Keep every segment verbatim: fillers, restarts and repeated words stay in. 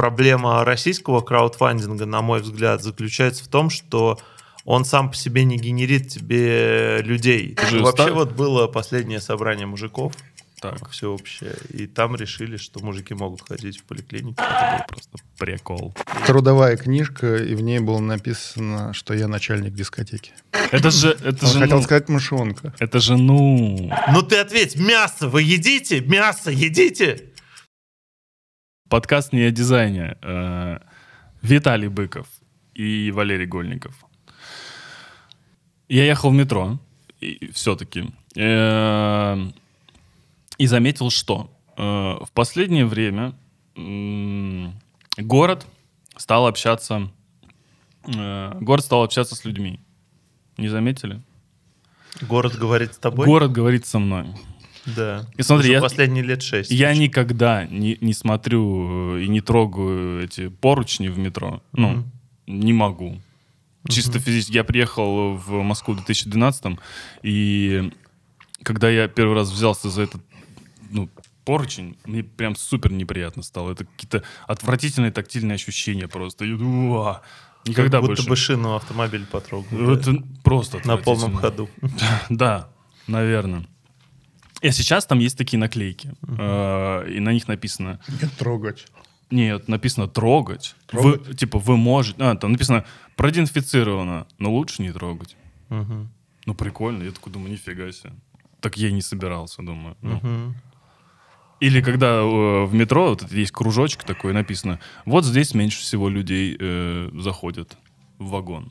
проблема российского краудфандинга, на мой взгляд, заключается в том, что он сам по себе не генерит тебе людей. Уже Вообще стар... вот было последнее собрание мужиков, так. всеобщее, и там решили, что мужики могут ходить в поликлинику. Это был просто прикол. Трудовая книжка, и в ней было написано, что я начальник дискотеки. Это же... Это Он же хотел ну... сказать мышонка. Это же, ну... Ну ты ответь, мясо вы едите? Мясо едите? Подкаст не о дизайне. Виталий Быков и Валерий Гольников. Я ехал в метро, и, все-таки, э, и заметил, что э, в последнее время э, город стал общаться, э, город стал общаться с людьми. Не заметили? Город говорит с тобой? Город говорит со мной. Да. И смотри, уже я, последние лет шесть. Я никогда не, не смотрю и не трогаю эти поручни в метро. Ну, mm-hmm. не могу. Чисто uh-huh. физически. Я приехал в Москву в две тысячи двенадцатом, и когда я первый раз взялся за этот ну, поручень, мне прям супер неприятно стало. Это какие-то отвратительные тактильные ощущения просто. Уа! Никогда как будто больше. бы шину автомобиля потрогал. Это да? Просто на полном ходу. Да, наверное. И сейчас там есть такие наклейки, uh-huh. и на них написано... Не трогать. Нет, написано трогать. трогать? Вы, типа, вы можете... А, там написано продезинфицировано, но лучше не трогать. Угу. Ну, прикольно. Я такой думаю, нифига себе. Так я и не собирался, думаю. Ну. Угу. Или когда э, в метро вот есть кружочек такой, написано, вот здесь меньше всего людей э, заходят в вагон.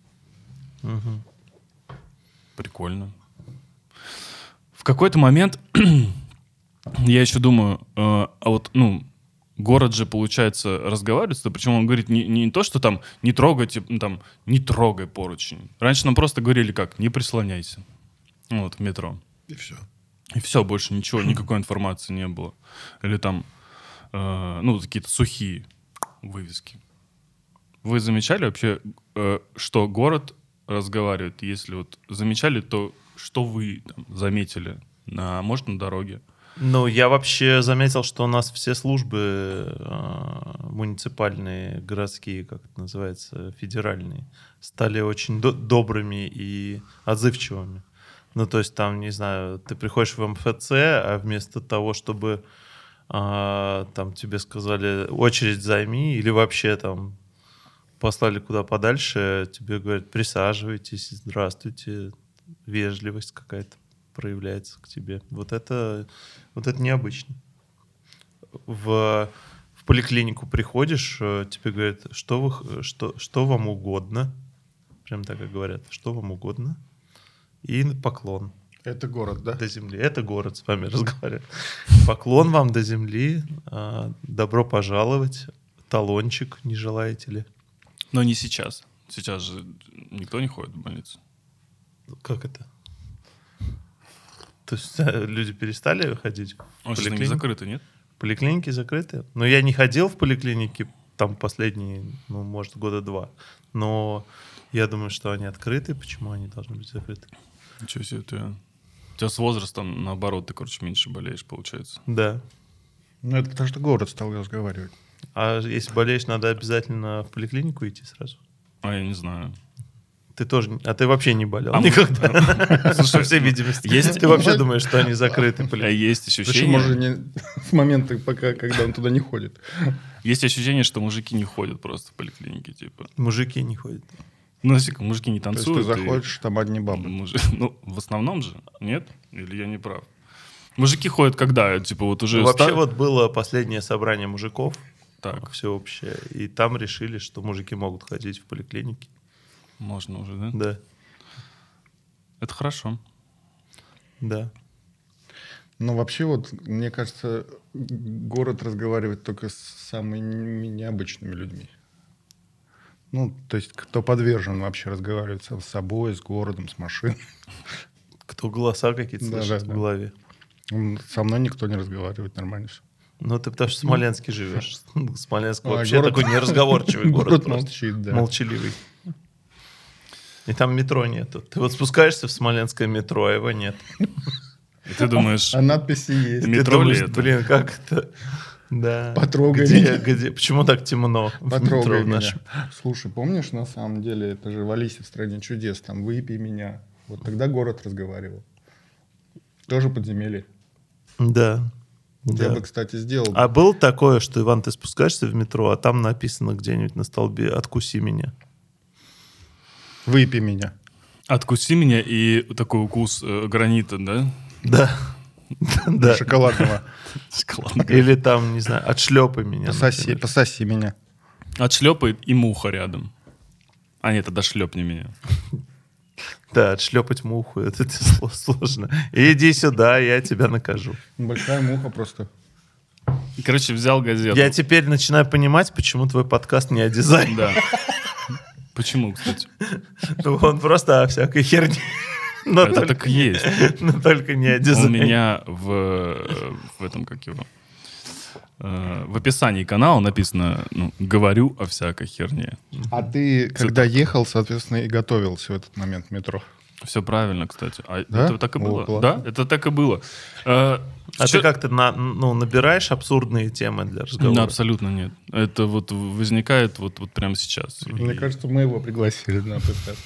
Угу. Прикольно. В какой-то момент я еще думаю, э, а вот, ну... Город же, получается, разговаривает, причем он говорит не, не то, что там не трогайте, там, не трогай поручень. Раньше нам просто говорили как, не прислоняйся. Вот, в метро. И все. И все, больше ничего, никакой информации не было. Или там, э, ну, какие-то сухие вывески. Вы замечали вообще, э, что город разговаривает? Если вот замечали, то что вы там, заметили, на, может, на дороге? Ну, я вообще заметил, что у нас все службы э, муниципальные, городские, как это называется, федеральные, стали очень до- добрыми и отзывчивыми. Ну, то есть там, не знаю, ты приходишь в эм эф цэ, а вместо того, чтобы э, там тебе сказали очередь займи или вообще там послали куда подальше, тебе говорят присаживайтесь, здравствуйте, вежливость какая-то проявляется к тебе. Вот это, вот это необычно. В, в поликлинику приходишь, тебе говорят, что, вы, что, что вам угодно. Прям так и говорят. Что вам угодно. И поклон. Это город, да? До земли. Это город, с вами разговаривает. Поклон вам до земли. Добро пожаловать. Талончик не желаете ли? Но не сейчас. Сейчас же никто не ходит в больницу. Как это? То есть люди перестали ходить в а поликлинику? Они закрыты, нет? Поликлиники закрыты. Но я не ходил в поликлиники там последние, ну, может, года два. Но я думаю, что они открыты. Почему они должны быть закрыты? Ничего себе, ты... У тебя с возрастом, наоборот, ты, короче, меньше болеешь, получается. Да. Ну, это потому что город стал разговаривать. А если болеешь, надо обязательно в поликлинику идти сразу? А я не знаю. Ты тоже... А ты вообще не болел а никогда? Слушай, по всей видимости. Есть... Ты вообще думаешь, что они закрыты? А есть ощущение... Почему же не в моменты, пока, когда он туда не ходит? Есть ощущение, что мужики не ходят просто в поликлинике, типа. Мужики не ходят. Ну, если мужики не танцуют... То есть ты заходишь, и... там одни бабы. Муж... Ну, в основном же, нет? Или я не прав? Мужики ходят когда? Типа вот уже... Ну, вообще стар... вот было последнее собрание мужиков. Так. Всеобщее. И там решили, что мужики могут ходить в поликлинике. Можно уже, да? Да. Это хорошо. Да. Ну, вообще, вот, мне кажется, город разговаривает только с самыми необычными людьми. Ну, то есть, кто подвержен вообще разговаривать с собой, с городом, с машиной. Кто голоса какие-то да, слышит да, в да. голове. Со мной никто не разговаривает, нормально все. Ну, ты потому что в Смоленске живешь. Смоленск А, вообще город... такой неразговорчивый город. Город молчит, да. Молчаливый. И там метро нету. Ты вот спускаешься в Смоленское метро, а его нет. И ты думаешь... А надписи есть. Метро ли это? Блин, как это? Да. Потрогай где, меня. Где, почему так темно? в Потрогай метро в меня. нашем? Слушай, помнишь, на самом деле, это же в «Алисе в стране чудес», там «Выпей меня». Вот тогда город разговаривал. Тоже подземелье. Да. Вот да. я бы, кстати, сделал. А было такое, что, Иван, ты спускаешься в метро, а там написано где-нибудь на столбе «Откуси меня». «Выпей меня». Откуси меня и такой укус э, гранита, да? Да. да. Шоколадного. Шоколадный. Или там, не знаю, «Отшлепай меня». Пососи, например. пососи меня. Отшлепает и муха рядом. А нет, тогда шлепни меня. Да, отшлепать муху, это сло- сложно. Иди сюда, я тебя накажу. Большая муха просто. И, короче, взял газету. Я теперь начинаю понимать, почему твой подкаст не о дизайне. Да. Почему, кстати? Ну, он просто о всякой херне. Но Это только так и не- есть. Но только не о У дизайне. меня в, в этом, как его, э, в описании канала написано, ну, говорю о всякой херне. А ты, когда ехал, соответственно, и готовился в этот момент в метро. Все правильно, кстати. А Да? это так и О, было. классно. Да, это так и было. Э, А чё- ты как-то на- ну, набираешь абсурдные темы для разговора? Да, абсолютно нет. Это вот возникает вот, вот прямо сейчас. Мне И- кажется, мы его пригласили на подкаст.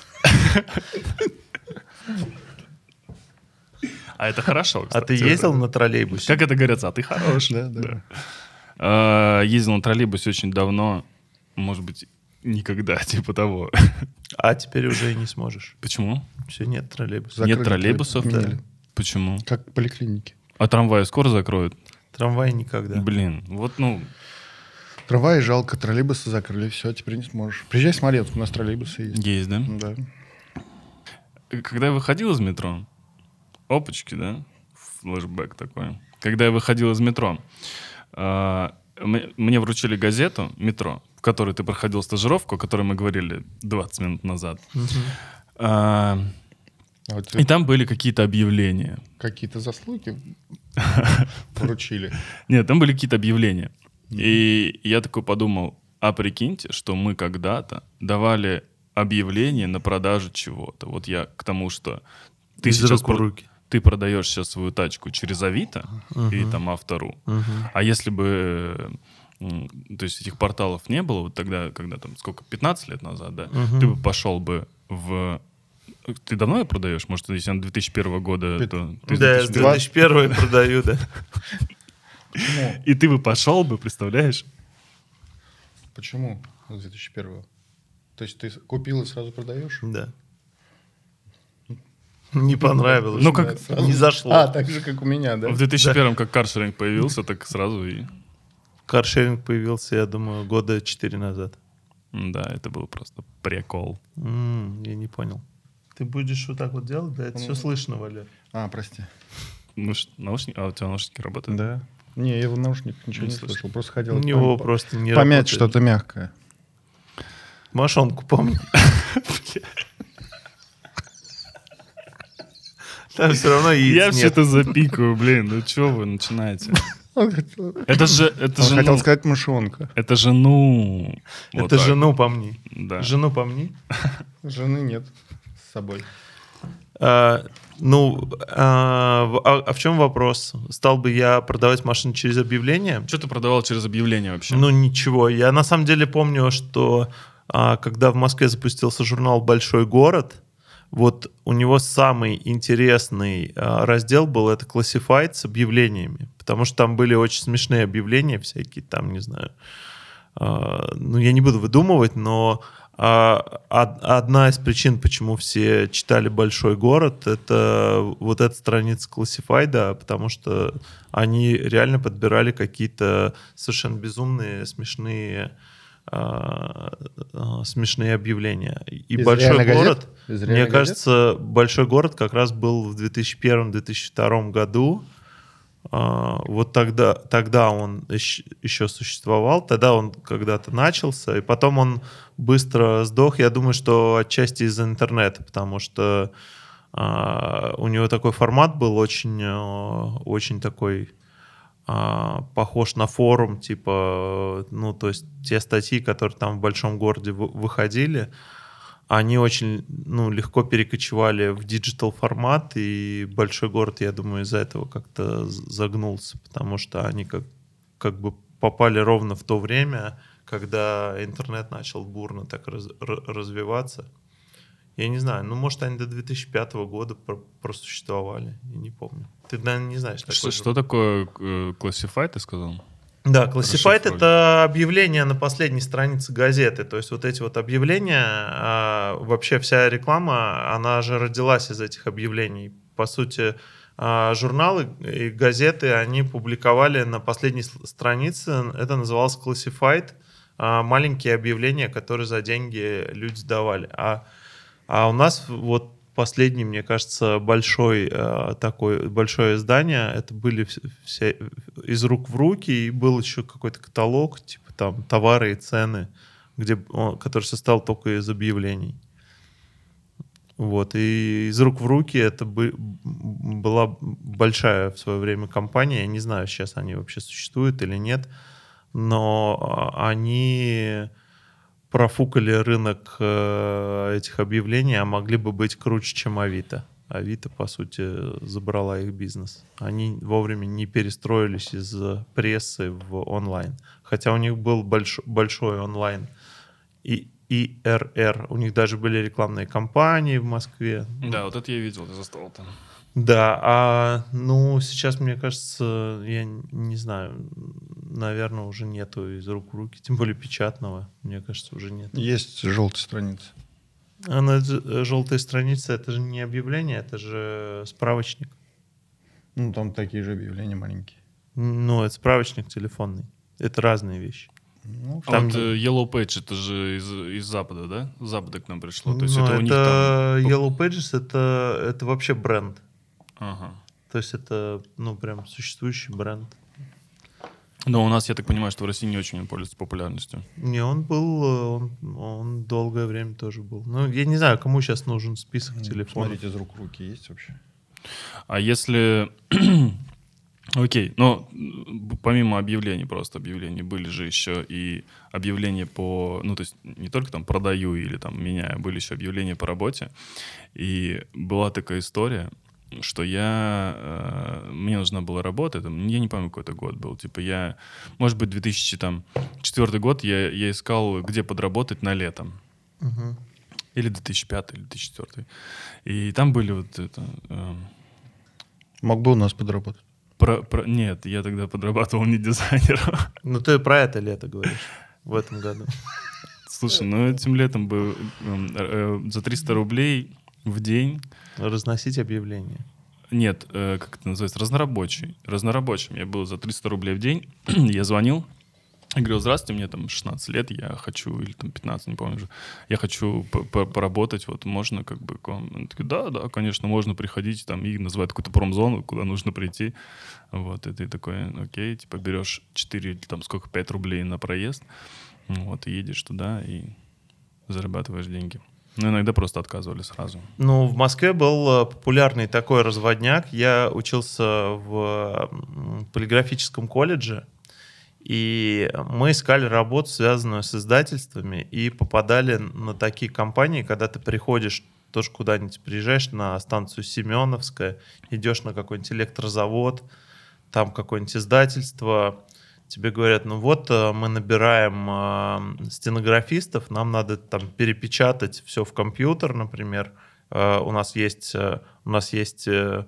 А это хорошо, А кстати. ты ездил на троллейбусе? Как это говорится? А ты хорош. Да, да. А, Ездил на троллейбусе очень давно. Может быть, никогда, типа того. А теперь уже и не сможешь. Почему? Все, нет троллейбуса. Закрыли Нет троллейбусов? троллейбус, отменили. Почему? Как в поликлинике. А трамваи скоро закроют? Трамвай никогда. Блин, вот, ну, Трамваи жалко, троллейбусы закрыли, все, теперь не сможешь. Приезжай в Смоленск, у нас троллейбусы есть. есть, да? Да. Когда я выходил из метро, опачки, да, флешбэк такой. Когда я выходил из метро, а, м- мне вручили газету «Метро», в которой ты проходил стажировку, о которой мы говорили двадцать минут назад. А, А вот И там были какие-то объявления. какие-то заслуги поручили. Нет, там были какие-то объявления. И я такой подумал, а прикиньте, что мы когда-то давали объявление на продажу чего-то. Вот я к тому, что ты Из сейчас рук в про- руки. ты продаешь сейчас свою тачку через Авито и там Автору. Мгм. А если бы, м, то есть этих порталов не было, вот тогда, когда там, сколько, пятнадцать лет назад, да, Мгм. ты бы пошел бы в... Ты давно ее продаешь? Может, если она две тысячи первого года, Пят- то... ты с Да, я с две тысячи первого. две тысячи первого продаю, да. Почему? И ты бы пошел бы, представляешь? Почему с две тысячи первого? То есть ты купил и сразу продаешь? Да. Не понравилось. Ну, как- Да, сразу. Не зашло. А, так же, как у меня, да? В две тысячи первом, как каршеринг появился, так сразу и... Каршеринг появился, я думаю, года четыре назад. Да, это был просто прикол. М, Я не понял. Ты будешь вот так вот делать? Да, это все слышно, Валер. А, прости. Ну, ш- наушники... А у тебя наушники работают? Да. Не, я в наушниках ничего Не не слышал. слышал. Просто У хотел него пом- просто не помять работает. что-то мягкое. Мошонку помню. Там все равно яиц Я нет. все-то запикаю, блин, ну что вы начинаете? Он хотел, Это же, это он же, хотел ну, сказать мышонка. это же, ну... вот Это так. жену помни. Да. Жену помни. Жены нет с собой. А, ну, а, в- а- а в чем вопрос? Стал бы я продавать машины через объявление? Что ты продавал через объявление вообще? Ну, ничего. Я на самом деле помню, что а, когда в Москве запустился журнал «Большой город», вот у него самый интересный а, раздел был — это Classified с объявлениями, потому что там были очень смешные объявления всякие, там, не знаю, а, ну, я не буду выдумывать, но а, од- одна из причин, почему все читали «Большой город», это вот эта страница Classified, потому что они реально подбирали какие-то совершенно безумные, смешные а, а, смешные объявления. И Из «Большой реальных газет? город», Из мне реальных кажется, «Большой город» как раз был в две тысячи первом — две тысячи втором году. А, Вот тогда, тогда он ещ- еще существовал, тогда он когда-то начался, и потом он быстро сдох. Я думаю, что отчасти из-за интернета, потому что а, у него такой формат был очень, а, очень такой а, похож на форум, типа, ну, то есть те статьи, которые там в большом городе вы- выходили, они очень, ну, легко перекочевали в диджитал формат, и большой город, я думаю, из-за этого как-то з- загнулся, потому что они как как бы попали ровно в то время, когда интернет начал бурно так раз, развиваться. Я не знаю, ну, может, они до две тысячи пятого года про- просуществовали, я не помню. Ты, наверное, не знаешь. Что, что такое Classified, ты сказал? Да, Classified — это объявление на последней странице газеты. То есть вот эти вот объявления, а, вообще вся реклама, она же родилась из этих объявлений. По сути, а, журналы и газеты, они публиковали на последней странице, это называлось Classified, а, маленькие объявления, которые за деньги люди давали. А А у нас вот последний, мне кажется, большой э, такой большое издание. Это были все из рук в руки, и был еще какой-то каталог, типа там товары и цены, где, он, который состоял только из объявлений. Вот, и из рук в руки это бы, была большая в свое время компания. Я не знаю, сейчас они вообще существуют или нет, но они профукали рынок э, этих объявлений, а могли бы быть круче, чем Авито. Авито, по сути, забрала их бизнес. Они вовремя не перестроились из прессы в онлайн. Хотя у них был больш, большой онлайн. И И Р Р. У них даже были рекламные кампании в Москве. Да, вот это я видел, я застал там. Да, а ну сейчас, мне кажется, я не знаю, наверное, уже нету из рук в руки, тем более печатного, мне кажется, уже нет. Есть желтая страница. А на желтой странице это же не объявление, это же справочник. Ну, там такие же объявления маленькие. Ну, это справочник телефонный. Это разные вещи. Ну, а там вот не... Yellow Page, это же из, из Запада, да? С Запада к нам пришло. То есть ну, это, это у них там... Yellow Pages, это, это вообще бренд. Ага. То есть это, ну, прям существующий бренд. Но у нас, я так понимаю, что в России не очень пользуется популярностью. Не, он был, он, он долгое время тоже был. Ну, я не знаю, кому сейчас нужен список ну, телефонов. Смотрите, из рук в руки есть вообще? А если... Окей, но помимо объявлений, просто объявлений, были же еще и объявления по... Ну, то есть не только там продаю или там меняю, были еще объявления по работе. И была такая история, что я... Э, мне нужна была работа, там, я не помню, какой это год был. Типа я... Может быть, две тысячи четвёртый год я, я искал, где подработать на летом. Угу. Или две тысячи пятый, или две тысячи четвёртый. И там были вот это... Э, Мог бы у нас подработать. Про, про, нет, я тогда подрабатывал не дизайнером. Ну, ты про это лето говоришь, в этом году. Слушай, ну этим летом бы э, э, за триста рублей в день... Разносить объявления. Нет, э, как это называется, разнорабочий. Разнорабочим я был за триста рублей в день. Я звонил, я говорил, здравствуйте, мне там шестнадцать лет, я хочу, или там пятнадцать, не помню уже, я хочу поработать, вот можно как бы к вам? Они такие, да, да, конечно, можно приходить, там, и называют какую-то промзону, куда нужно прийти. Вот, и ты такой, окей, типа берешь четыре, там, сколько, пять рублей на проезд, вот, и едешь туда, и зарабатываешь деньги. Ну, иногда просто отказывали сразу. Ну, в Москве был популярный такой разводняк. Я учился в полиграфическом колледже, и мы искали работу, связанную с издательствами, и попадали на такие компании, когда ты приходишь, тоже куда-нибудь приезжаешь на станцию Семеновская, идешь на какой-нибудь электрозавод, там какое-нибудь издательство, тебе говорят, ну вот мы набираем стенографистов, нам надо там перепечатать все в компьютер, например, у нас есть, у нас есть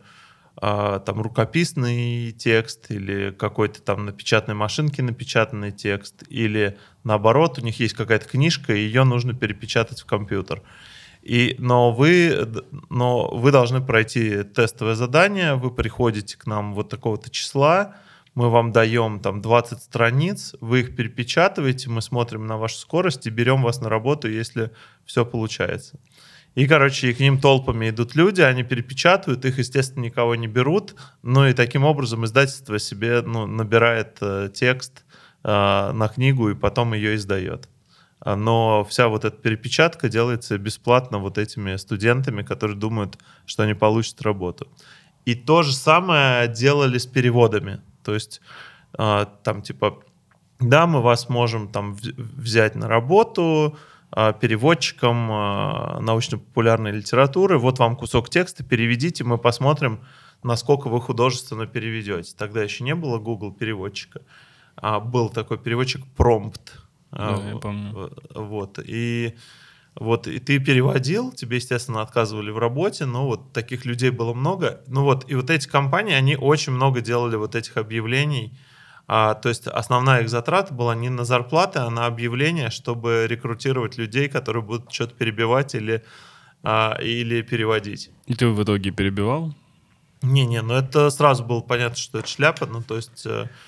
там рукописный текст или какой-то там на печатной машинке напечатанный текст, или наоборот, у них есть какая-то книжка, и ее нужно перепечатать в компьютер. И, но, вы, но вы должны пройти тестовое задание, вы приходите к нам вот такого-то числа, мы вам даем там двадцать страниц, вы их перепечатываете, мы смотрим на вашу скорость и берем вас на работу, если все получается. И, короче, и к ним толпами идут люди, они перепечатывают, их, естественно, никого не берут, ну и таким образом издательство себе ну, набирает э, текст э, на книгу и потом ее издает. Но вся вот эта перепечатка делается бесплатно вот этими студентами, которые думают, что они получат работу. И то же самое делали с переводами. То есть э, там типа, да, мы вас можем там взять на работу э, переводчиком э, научно-популярной литературы, вот вам кусок текста, переведите, мы посмотрим, насколько вы художественно переведете. Тогда еще не было Google переводчика. а, был такой переводчик Prompt. Да, а, я помню. Вот, и... Вот, и ты переводил, тебе, естественно, отказывали в работе, но вот таких людей было много. Ну вот, и вот эти компании, они очень много делали вот этих объявлений. А, то есть основная их затрата была не на зарплаты, а на объявления, чтобы рекрутировать людей, которые будут что-то перебивать или, а, или переводить. И ты в итоге перебивал? Не-не, ну это сразу было понятно, что это шляпа, ну то есть...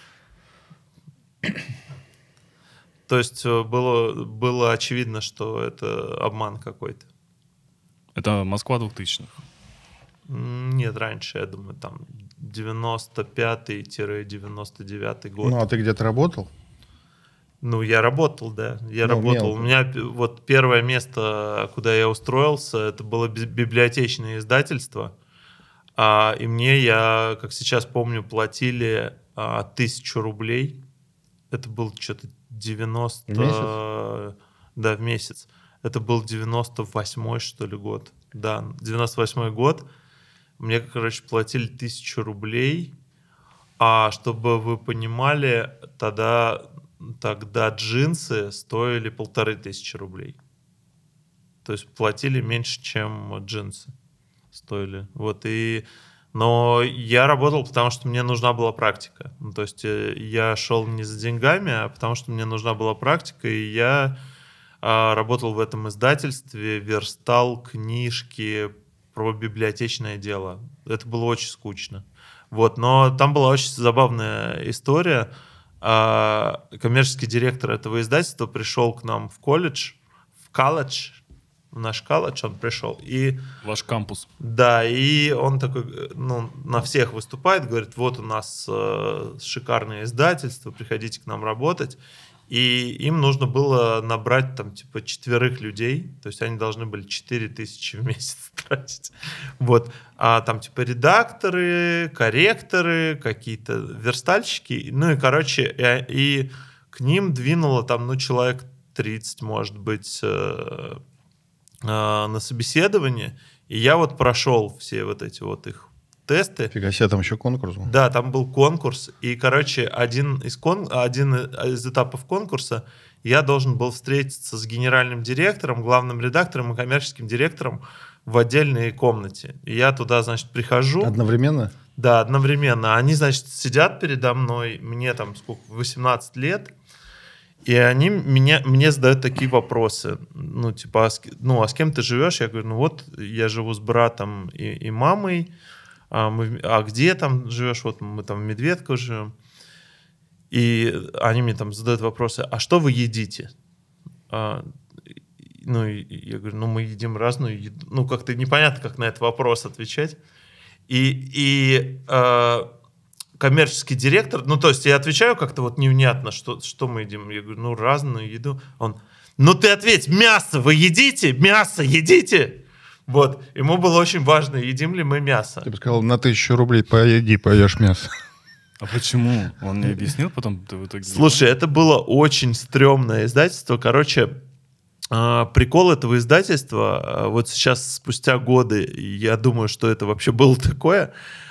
То есть было, было очевидно, что это обман какой-то. Это Москва двухтысячных? Нет, раньше, я думаю, там девяносто пятый - девяносто девятый год. Ну, а ты где-то работал? Ну, я работал, да. Я ну, работал. мелко. У меня вот первое место, куда я устроился, это было библиотечное издательство. А, и мне, я, как сейчас помню, платили а, тысячу рублей. Это был что-то девяносто... В месяц? Да, в месяц. Это был девяносто восьмой, что ли, год. Да, девяносто восьмой год. Мне, короче, платили тысячу рублей. А чтобы вы понимали, тогда, тогда джинсы стоили полторы тысячи рублей. То есть платили меньше, чем джинсы стоили. Вот, и... Но я работал, потому что мне нужна была практика. Ну, то есть я шел не за деньгами, а потому что мне нужна была практика, и я а, работал в этом издательстве, верстал книжки про библиотечное дело. Это было очень скучно. Вот, но там была очень забавная история. А, коммерческий директор этого издательства пришел к нам в колледж, в колледж, в наш колледж он пришел. И, ваш кампус. Да, и он такой, ну, на всех выступает, говорит, вот у нас э, шикарное издательство, приходите к нам работать. И им нужно было набрать там типа четверых людей, то есть они должны были четыре тысячи в месяц тратить. Вот. А там типа редакторы, корректоры, какие-то верстальщики. Ну и, короче, и, и к ним двинуло там, ну, человек тридцать, может быть, э, на собеседование, и я вот прошел все вот эти вот их тесты. Фига себе, там еще конкурс был. Да, там был конкурс, и, короче, один из, кон... один из этапов конкурса я должен был встретиться с генеральным директором, главным редактором и коммерческим директором в отдельной комнате. И я туда, значит, прихожу. Одновременно? Да, одновременно. Они, значит, сидят передо мной, мне там сколько, восемнадцать лет, и они меня, мне задают такие вопросы. Ну, типа, а с, ну, а с кем ты живешь? Я говорю, ну вот, я живу с братом и, и мамой. А, мы, а где там живешь? Вот мы там в Медведково живем. И они мне там задают вопросы, а что вы едите? А, ну, и, я говорю, ну, мы едим разную еду. Ну, как-то непонятно, как на этот вопрос отвечать. И... и а, коммерческий директор, ну, то есть я отвечаю как-то вот невнятно, что, что мы едим. Я говорю, ну, разную еду. Он, ну, ты ответь, мясо вы едите? Мясо едите? Вот. Ему было очень важно, едим ли мы мясо. Ты бы сказал, на тысячу рублей поеди, поешь мясо. А почему? Он не объяснил потом? Ты в итоге... Слушай, это было очень стрёмное издательство. Короче, прикол этого издательства, вот сейчас, спустя годы, я думаю, что это вообще было такое...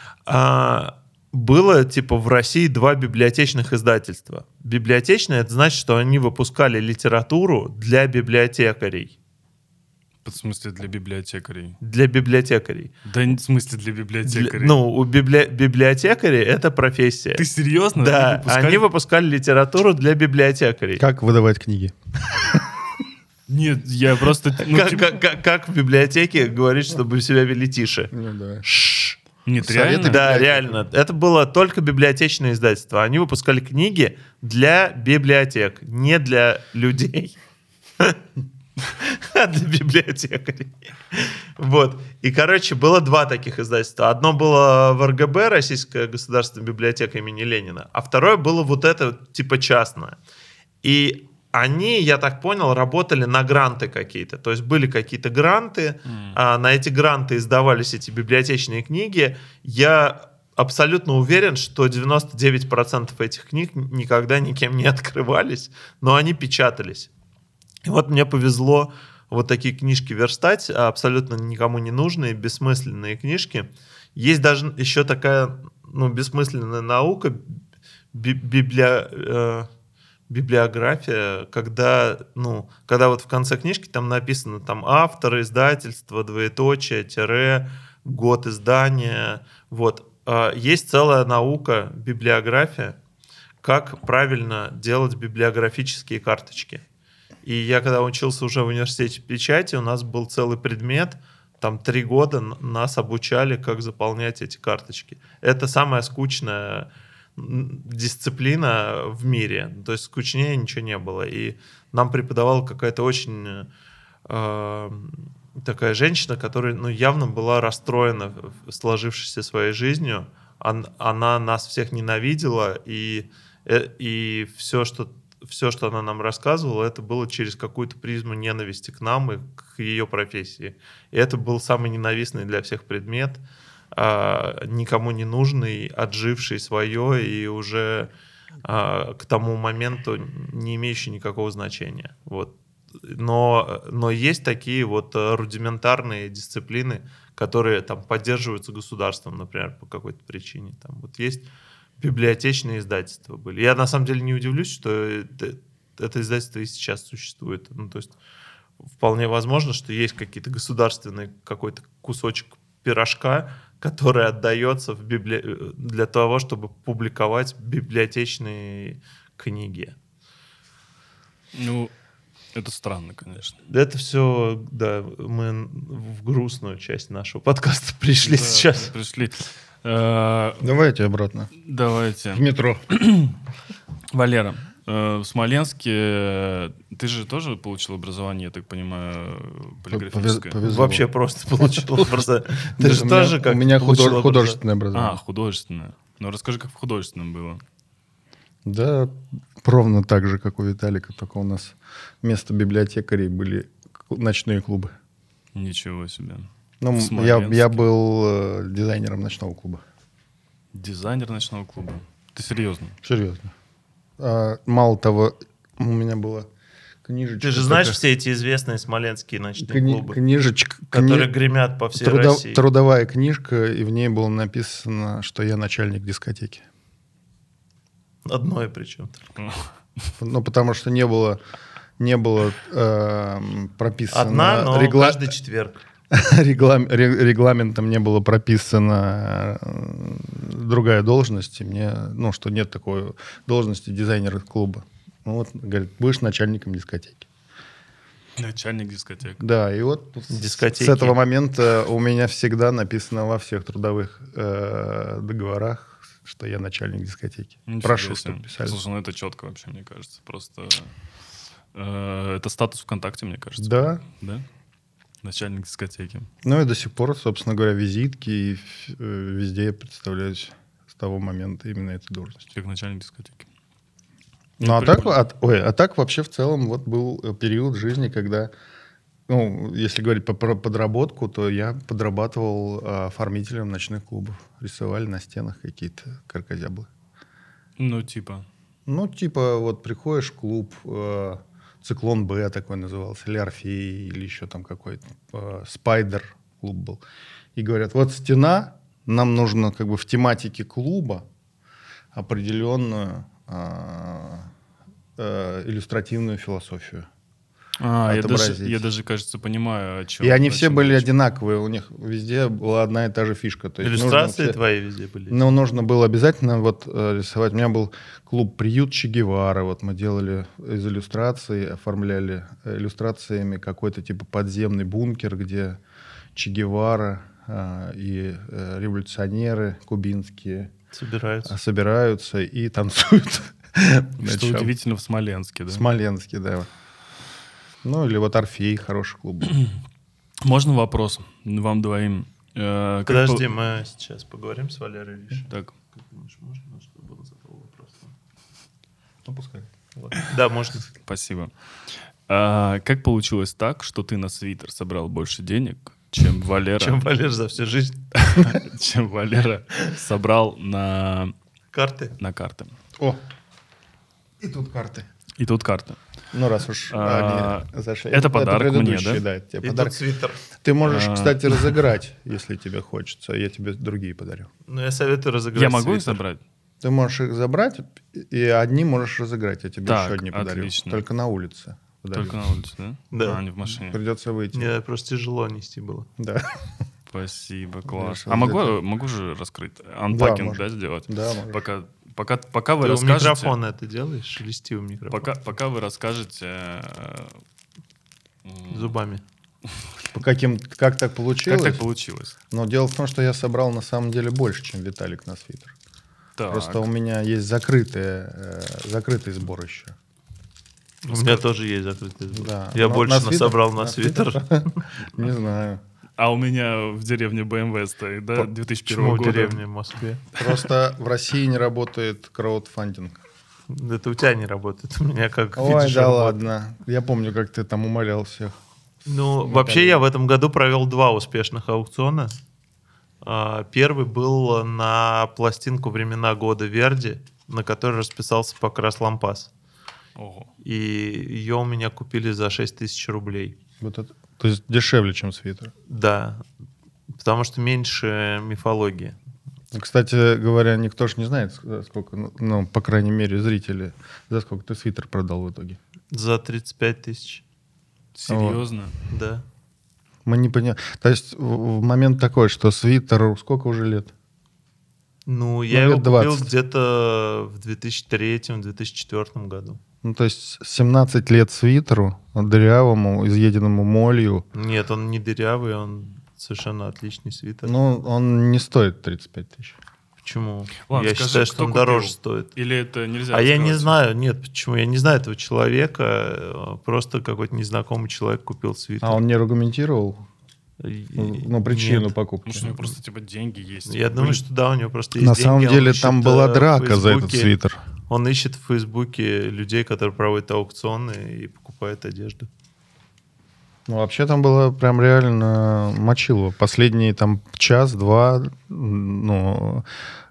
Было, типа, в России два библиотечных издательства. Библиотечное — это значит, что они выпускали литературу для библиотекарей. В смысле для библиотекарей? Для библиотекарей. Да в смысле для библиотекарей? Для, ну, у библи... библиотекарей это профессия. Ты серьезно? Да, они выпускали... они выпускали литературу для библиотекарей. Как выдавать книги? Нет, я просто... Ну, как, типа... как, как, как в библиотеке говорить, чтобы себя вели тише? Ну да. Ш-ш. Нет, Советы реально? Да, реально. Это было только библиотечное издательство. Они выпускали книги для библиотек, не для людей, а для библиотекарей. Вот. И, короче, было два таких издательства. Одно было в эр гэ бэ, Российская государственная библиотека имени Ленина, а второе было вот это, типа, частное. И они, я так понял, работали на гранты какие-то. То есть были какие-то гранты, mm. а на эти гранты издавались эти библиотечные книги. Я абсолютно уверен, что девяносто девять процентов этих книг никогда никем не открывались, но они печатались. И вот мне повезло вот такие книжки верстать, абсолютно никому не нужные, бессмысленные книжки. Есть даже еще такая, ну, бессмысленная наука, би- библия, э, библиография, когда, ну, когда вот в конце книжки там написано там автор, издательство, двоеточие, тире, год издания. Вот. А есть целая наука, библиография, как правильно делать библиографические карточки. И я когда учился уже в университете печати, у нас был целый предмет, там три года нас обучали, как заполнять эти карточки. Это самая скучная дисциплина в мире. То есть скучнее ничего не было. И нам преподавала какая-то очень э, такая женщина, которая ну, явно была расстроена сложившейся своей жизнью. Она, она нас всех ненавидела, и, и все, что все, что она нам рассказывала, это было через какую-то призму ненависти к нам и к ее профессии. И это был самый ненавистный для всех предмет, а, никому не нужный, отживший свое и уже а, к тому моменту не имеющий никакого значения. Вот. Но, но есть такие вот рудиментарные дисциплины, которые там поддерживаются государством, например, по какой-то причине. Там вот есть библиотечные издательства были. Я на самом деле не удивлюсь, что это, это издательство и сейчас существует. Ну, то есть вполне возможно, что есть какие-то государственные какой-то кусочек пирожка, который отдается в библи... для того, чтобы публиковать библиотечные книги. Ну, это странно, конечно. Это все, да, мы в грустную часть нашего подкаста пришли Да, сейчас. Пришли. Э, Давайте обратно. Давайте. В метро. Валера, э, в Смоленске э, ты же тоже получил образование, я так понимаю, полиграфическое? Повезло. Вообще просто получил образование. Ты Да, же у тоже меня- как У меня получил худо- художественное А, образование. художественное. Ну, расскажи, как в художественном было. Да, ровно так же, как у Виталика, только у нас вместо библиотекарей были к- ночные клубы. Ничего себе. Ну, В я, Смоленске. я был э, дизайнером ночного клуба. Дизайнер ночного клуба. Ты серьезно? Серьезно. А, мало того, у меня была книжечка. Ты же знаешь такая- все эти известные смоленские ночные кни- клубы, книжечка, которые кни- гремят по всей трудо- России? трудовая книжка, и в ней было написано, что я начальник дискотеки. Одной причем. Ну, потому что не было, не было э, прописано... Одна, но регла- каждый четверг. реглам- ре- регламентом не было прописана э, другая должность. И мне, ну, что нет такой должности дизайнера клуба. Ну, вот, говорит, будешь начальником дискотеки. Начальник дискотек. Да, и вот с- Дискотеки. с этого момента у меня всегда написано во всех трудовых э, договорах, что я начальник дискотеки. Ничего Прошу, себе. чтобы писали. Слушай, ну это четко вообще, мне кажется. Просто э, это статус ВКонтакте, мне кажется. Да. Да? Начальник дискотеки. Ну и до сих пор, собственно говоря, визитки и э, везде я представляюсь с того момента именно этой должности. Как начальник дискотеки. Ну, а прикольно. так, а, ой, а так вообще в целом вот был э, период жизни, когда, ну, если говорить по- про подработку, то я подрабатывал э, оформителем ночных клубов. Рисовали на стенах какие-то кракозяблы. Ну, типа. Ну, типа, вот приходишь в клуб, э, Циклон Б такой назывался, или Орфей, или еще там какой-то, э, Спайдер клуб был. И говорят, вот стена, нам нужно как бы в тематике клуба определенную э, э, иллюстративную философию. А, я даже, отобразить. я даже, кажется, понимаю, о чем. И они о все чем были речь. одинаковые, у них везде была одна и та же фишка. То есть нужно Иллюстрации все- твои везде были? Ну, нужно было обязательно вот э, рисовать. У меня был клуб «Приют Че Гевара». Вот мы делали из иллюстраций, оформляли э, иллюстрациями какой-то типа подземный бункер, где Че Гевара э, и э, революционеры кубинские Собираются. э, собираются и танцуют. Что Начало. удивительно в Смоленске, да? Смоленский, да. Ну, или вот Орфей, хороший клуб был. Можно вопрос вам двоим? Э, как Подожди, по- мы сейчас поговорим с Валерой Вишей. Так, Как думаешь, можно, чтобы он задал вопрос? Ну, пускай. Вот. Да, можно. спасибо. А, как получилось так, что ты на свитер собрал больше денег, чем Валера, Чем Валер за всю жизнь? чем Валера собрал на, Карты. на карты? О, и тут карты. И тут карта. Ну, раз уж А, они зашли. это подарок мне, предыдущие, да? это тебе И подарок. тут свитер. Ты можешь, А. кстати, разыграть, если тебе хочется. Я тебе другие подарю. Ну, я советую разыграть Я могу их свитер. забрать? Ты можешь их забрать, и одни можешь разыграть. Я тебе Так, еще одни подарю. отлично. Только на улице. подарю. Только на улице, да? Да. А, не в машине. Придется выйти. Мне просто тяжело нести было. Да. Спасибо, класс. Решил А могу, взять. могу же раскрыть? Анпакинг, да, можно. сделать? Да, можно. Пока, пока, пока вы Ты у расскажете... микрофона это делаешь? Шелести у микрофона. Пока, пока вы расскажете... э, м, Зубами. По каким, как так получилось? Как так получилось? Но дело в том, что я собрал на самом деле больше, чем Виталик на свитер. Так. Просто у меня есть закрытые, э, закрытый сбор еще. У меня тоже есть закрытый сбор. Да. Я Но больше на свитер? насобрал на На свитер. Не знаю. А у меня в деревне бэ эм вэ стоит, да, две тысячи первого Почему в года. деревне в Москве? Просто в России не работает краудфандинг. Это у тебя не работает, у меня как Ой, видишь, да работает. ладно. Я помню, как ты там умолял всех. Ну, Наталья. вообще я в этом году провел два успешных аукциона. А, Первый был на пластинку «Времена года» Верди, на которой расписался Покрас Лампас. Ого. И ее у меня купили за шесть тысяч рублей. Вот это, то есть дешевле, чем свитер. Да, потому что меньше мифологии. Кстати говоря, никто ж не знает, сколько, ну, ну, по крайней мере, зрители, за сколько ты свитер продал в итоге. За тридцать пять тысяч, Серьезно? да. Мы не понимаем. То есть в в момент такой, что свитеру сколько уже лет? Ну, я лет его купил двадцать. где-то в две тысячи третьем — две тысячи четвёртом году. Ну, то есть семнадцать лет свитеру, дырявому, изъеденному молью. Нет, он не дырявый, он совершенно отличный свитер. Ну, он не стоит тридцать пять тысяч. Почему? Ладно, я скажи, считаю, кто что он купил? дороже стоит. Или это нельзя А я не раскрывать? знаю, нет, почему? Я не знаю этого человека. э, Просто какой-то незнакомый человек купил свитер. А он не аргументировал, И- ну, причину нет. покупки? Может, у него просто типа деньги есть. Я думаю, Были- что да, у него просто есть На деньги, самом он деле ищет, там была э, в драка за этот Фейсбуке- свитер. Он ищет в Фейсбуке людей, которые проводят аукционы и покупают одежду. Ну, вообще там было прям реально мочило. Последний там час-два, ну,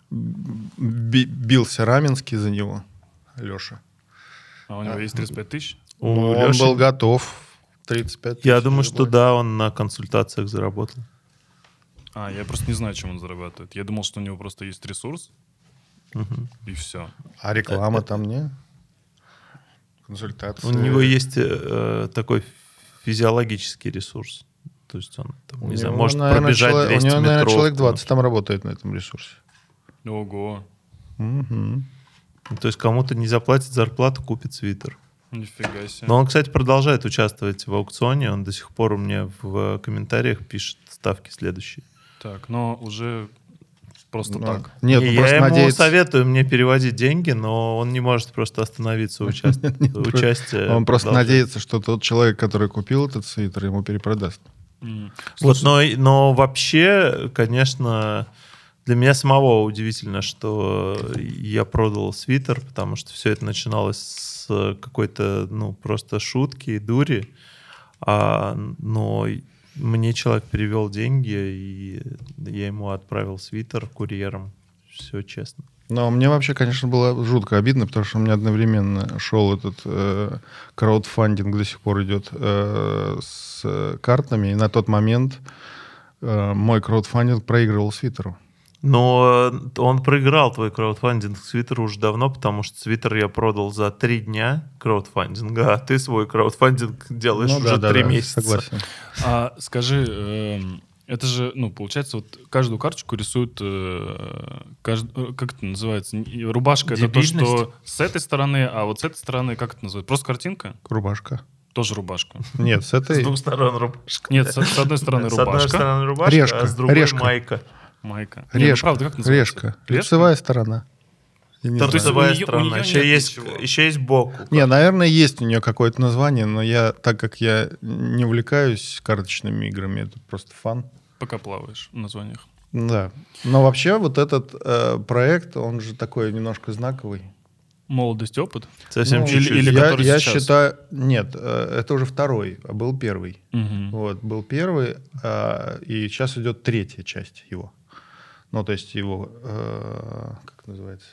би- бился Раменский за него, Леша. А у него есть тридцать пять тысяч? У Ну, он Лёши- был готов тридцать пять тысяч. Я думаю, что заплатить. да, он на консультациях заработал. А, я просто не знаю, чем он зарабатывает. Я думал, что у него просто есть ресурс, Мгм. и все. А реклама там не? Консультации. У него есть э, такой физиологический ресурс. То есть он, там, У не него, знаю, может наверное, пробежать человек- двести У него, наверное, метров. человек двадцать там работает на этом ресурсе. Ого, Мгм. То есть кому-то не заплатит зарплату, купит свитер. нифига себе. Но он, кстати, продолжает участвовать в аукционе. Он до сих пор у меня в комментариях пишет ставки следующие. Так, но уже просто Ну, так. Нет, И ну, я просто ему надеется- советую мне переводить деньги, но он не может просто остановиться участвовать. Участие. Он просто продолжает. надеется, что тот человек, который купил этот свитер, ему перепродаст. М. Вот, Слушай, но, но вообще, конечно, для меня самого удивительно, что я продал свитер, потому что все это начиналось с какой-то, ну, просто шутки и дури. А, но мне человек перевел деньги, и я ему отправил свитер курьером. Все честно. Но мне вообще, конечно, было жутко обидно, потому что у меня одновременно шел этот э, краудфандинг, до сих пор идет э, с картами, и на тот момент э, мой краудфандинг проигрывал свитеру. Но он проиграл твой краудфандинг к свитеру уже давно, потому что свитер я продал за три дня краудфандинга, а ты свой краудфандинг делаешь Ну уже да, три да, да, месяца. согласен. а скажи, эм, это же, ну, получается, вот каждую карточку рисуют, э, кажд- э, как это называется? Не- Рубашка — это то, Дебильность? что с этой стороны, а вот с этой стороны, как это называется? Просто картинка? Рубашка. Тоже рубашка. Нет, с С этой... двух сторон рубашка. Нет, с, с одной стороны С одной рубашка, стороны рубашка, Решка, а с другой решка. майка. майка. Не, ну, Решка. правда, как называется? Решка. Лицевая сторона. Я не знаю. Торцевая у неё- у сторона. неё Еще нет есть, ничего. еще есть бок. Не, наверное, есть у нее какое-то название, но я, так как я не увлекаюсь карточными играми, это просто фан. Пока плаваешь в названиях. Да. Но вообще вот этот э, проект, он же такой немножко знаковый. Молодость, опыт? Совсем Ну, чуть-чуть. или я, который я сейчас? считаю... Нет, э, это уже второй, а был первый. Мгм. Вот, был первый, а, и сейчас идет третья часть его. Ну, то есть его... э, как называется?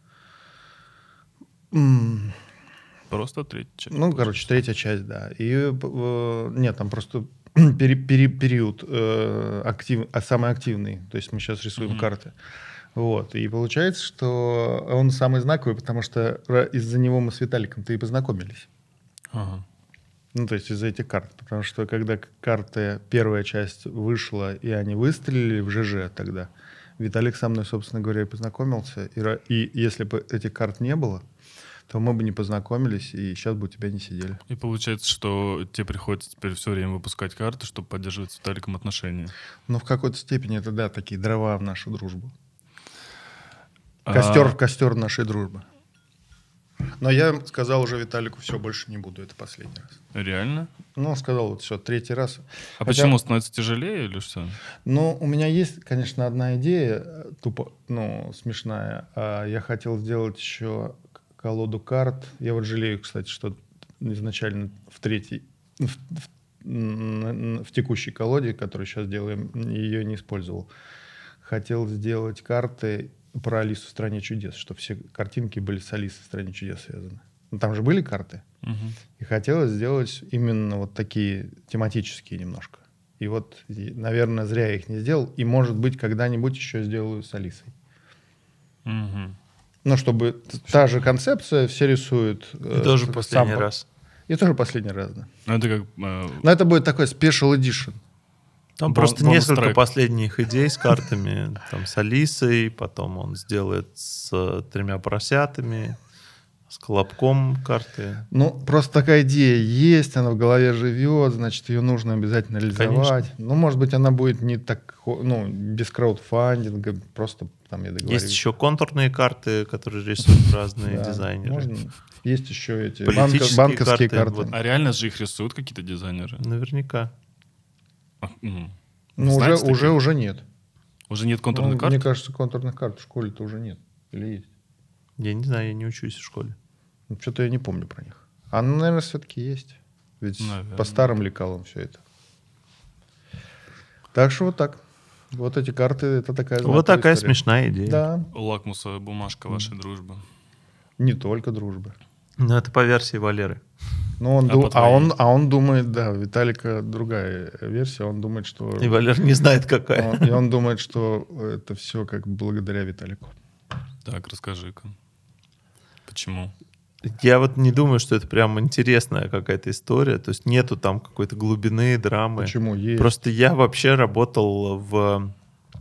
М, Просто третья часть. Ну, короче, третья часть, да. И э, нет, там просто пере- пере- период э, актив, а самый активный. То есть мы сейчас рисуем Мгм. карты. Вот. И получается, что он самый знаковый, потому что из-за него мы с Виталиком-то и познакомились. Ага. Ну, то есть из-за этих карт. Потому что когда карты, первая часть вышла, и они выстрелили в ЖЖ тогда, Виталик со мной, собственно говоря, и познакомился. И, и если бы этих карт не было, то мы бы не познакомились, и сейчас бы у тебя не сидели. И получается, что тебе приходится теперь все время выпускать карты, чтобы поддерживать с Виталиком отношения. Ну, в какой-то степени это, да, такие дрова в нашу дружбу. Костер а... в костер нашей дружбы. Но я сказал уже Виталику, все, больше не буду, это последний раз. Реально? Ну, сказал, вот все, третий раз. А Хотя... почему, становится тяжелее или что? Ну, у меня есть, конечно, одна идея, тупо, ну, смешная. Я хотел сделать еще колоду карт. Я вот жалею, кстати, что изначально в третьей, в, в, в текущей колоде, которую сейчас делаем, ее не использовал. Хотел сделать карты про Алису в «Стране чудес», чтобы все картинки были с Алисой в «Стране чудес» связаны. Ну, там же были карты. Угу. И хотелось сделать именно вот такие тематические немножко. И вот, наверное, зря я их не сделал. И, может быть, когда-нибудь еще сделаю с Алисой. Угу. Ну, чтобы та же концепция, все рисуют. И тоже э, последний сам... раз. И тоже последний раз, да. Ну, это как... Э... Но это будет такой special edition. Там Бон, просто несколько трек. последних идей с картами. Там с Алисой, потом он сделает с тремя поросятами, с колобком карты. Ну, просто такая идея есть, она в голове живет, значит, ее нужно обязательно реализовать. Конечно. Ну, может быть, она будет не так, ну, без краудфандинга, просто там я договорюсь. Есть еще контурные карты, которые рисуют разные дизайнеры. Можно. Есть еще эти банка, банковские карты. карты. Вот. А реально же их рисуют какие-то дизайнеры? Наверняка. А, угу. Ну, уже, уже, уже нет. Уже нет контурных ну, карт? Мне кажется, контурных карт в школе-то уже нет. Или есть? Я не знаю, я не учусь в школе. Ну, что-то я не помню про них. А, ну, наверное, все-таки есть. Ведь наверное. По старым лекалам все это. Так что вот так. Вот эти карты, это такая Вот такая история. Смешная идея. Да. Лакмусовая бумажка вашей mm. дружбы. Не только дружбы. Ну, это по версии Валеры. Ну, он а, ду- а, он, а он думает, да, у Виталика другая версия, он думает, что... И Валер не знает, какая. Он, и он думает, что это все как благодаря Виталику. Так, расскажи-ка. Почему? Я вот не думаю, что это прям интересная какая-то история. То есть нету там какой-то глубины, драмы. Почему? Есть. Просто я вообще работал в,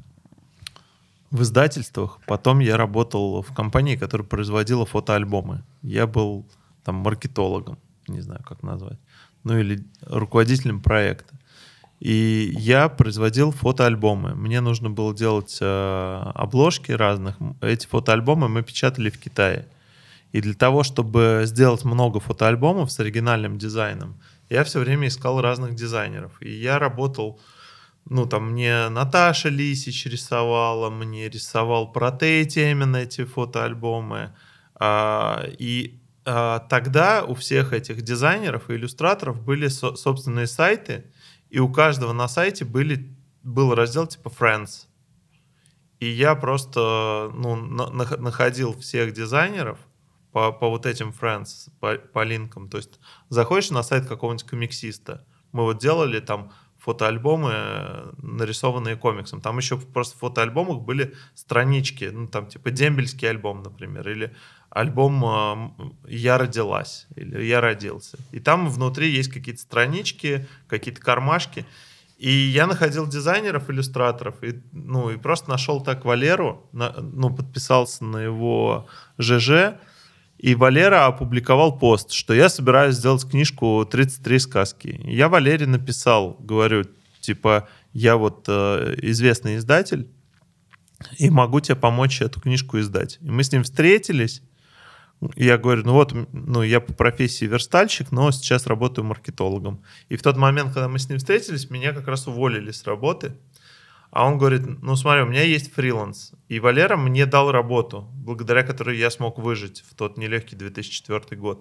в издательствах. Потом я работал в компании, которая производила фотоальбомы. Я был там маркетологом, не знаю, как назвать. Ну или руководителем проекта. И я производил фотоальбомы. Мне нужно было делать э, обложки разных. Эти фотоальбомы мы печатали в Китае. И для того, чтобы сделать много фотоальбомов с оригинальным дизайном, я все время искал разных дизайнеров. И я работал, ну, там, мне Наташа Лисич рисовала, мне рисовал Протей Темин эти фотоальбомы. А, и а, тогда у всех этих дизайнеров и иллюстраторов были со- собственные сайты, и у каждого на сайте были, был раздел типа Friends. И я просто, ну, на- находил всех дизайнеров, По, по вот этим friends, по, по линкам. То есть заходишь на сайт какого-нибудь комиксиста. Мы вот делали там фотоальбомы, нарисованные комиксом. Там еще просто в фотоальбомах были странички. Ну, там типа дембельский альбом, например. Или альбом «Я родилась». Или «Я родился». И там внутри есть какие-то странички, какие-то кармашки. И я находил дизайнеров, иллюстраторов. И, ну, и просто нашел так Валеру. На, ну, подписался на его ЖЖ. И Валера опубликовал пост, что я собираюсь сделать книжку тридцать три сказки. И я Валере написал, говорю, типа, я вот э, известный издатель, и могу тебе помочь эту книжку издать. И мы с ним встретились. Я говорю, ну вот, ну я по профессии верстальщик, но сейчас работаю маркетологом. И в тот момент, когда мы с ним встретились, меня как раз уволили с работы. А он говорит, ну смотри, у меня есть фриланс. И Валера мне дал работу, благодаря которой я смог выжить в тот нелегкий две тысячи четвёртый год.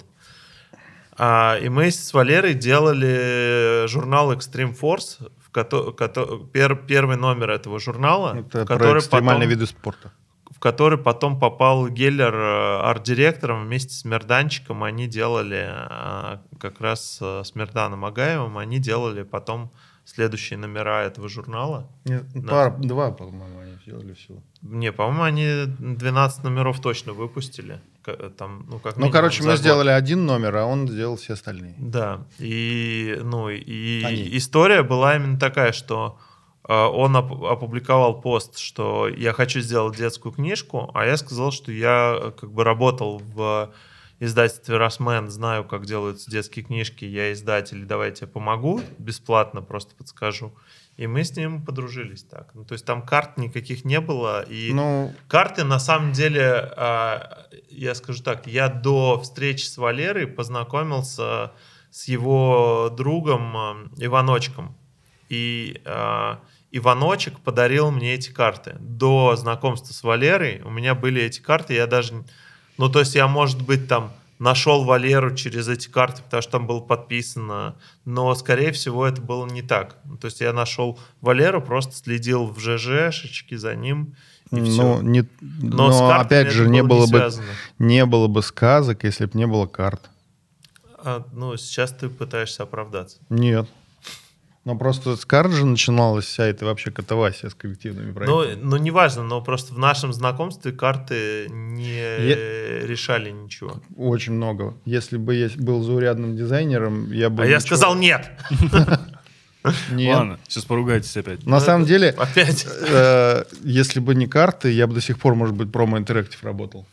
А, и мы с Валерой делали журнал Extreme Force, в ко- ко- пер- первый номер этого журнала. Это в про экстремальные потом, виды спорта. В который потом попал Геллер арт-директором вместе с Мерданчиком. Они делали как раз с Мерданом Агаевым, они делали потом следующие номера этого журнала. Нет, Да. пара, два, по-моему, они сделали всего. Не, по-моему, они двенадцать номеров точно выпустили. К- Там, ну, как Ну, минимум короче, за мы год. сделали один номер, а он сделал все остальные. Да, и, ну, и Они. история была именно такая, что э, он оп- опубликовал пост, что я хочу сделать детскую книжку, а я сказал, что я э, как бы работал в издательстве «Росмен», знаю, как делаются детские книжки, я издатель, давайте я помогу, бесплатно просто подскажу. И мы с ним подружились так. Ну, то есть там карт никаких не было, и... Ну, Карты, на самом деле, а, я скажу так, я до встречи с Валерой познакомился с его другом а, Иваночком. И а, Иваночек подарил мне эти карты. До знакомства с Валерой у меня были эти карты, я даже... Ну, то есть я, может быть, там нашел Валеру через эти карты, потому что там было подписано, но, скорее всего, это было не так. Ну, то есть я нашел Валеру, просто следил в ЖЖшечке за ним, и ну, все. не, Но, но, с картами опять это же, не было было, бы, связано. не было бы сказок, если бы не было карт. А, ну, сейчас ты пытаешься оправдаться. Нет. Ну, просто с карт же начиналась вся эта вообще катавасия с коллективными Ну, проектами. ну, неважно, но просто в нашем знакомстве карты не Я- решали ничего. Очень много. Если бы я был заурядным дизайнером, я бы... А я ничего- сказал нет. Нет. Ладно, сейчас поругайтесь опять. На Ну, самом это деле, Опять. э, если бы не карты, я бы до сих пор, может быть, промо интерактив работал.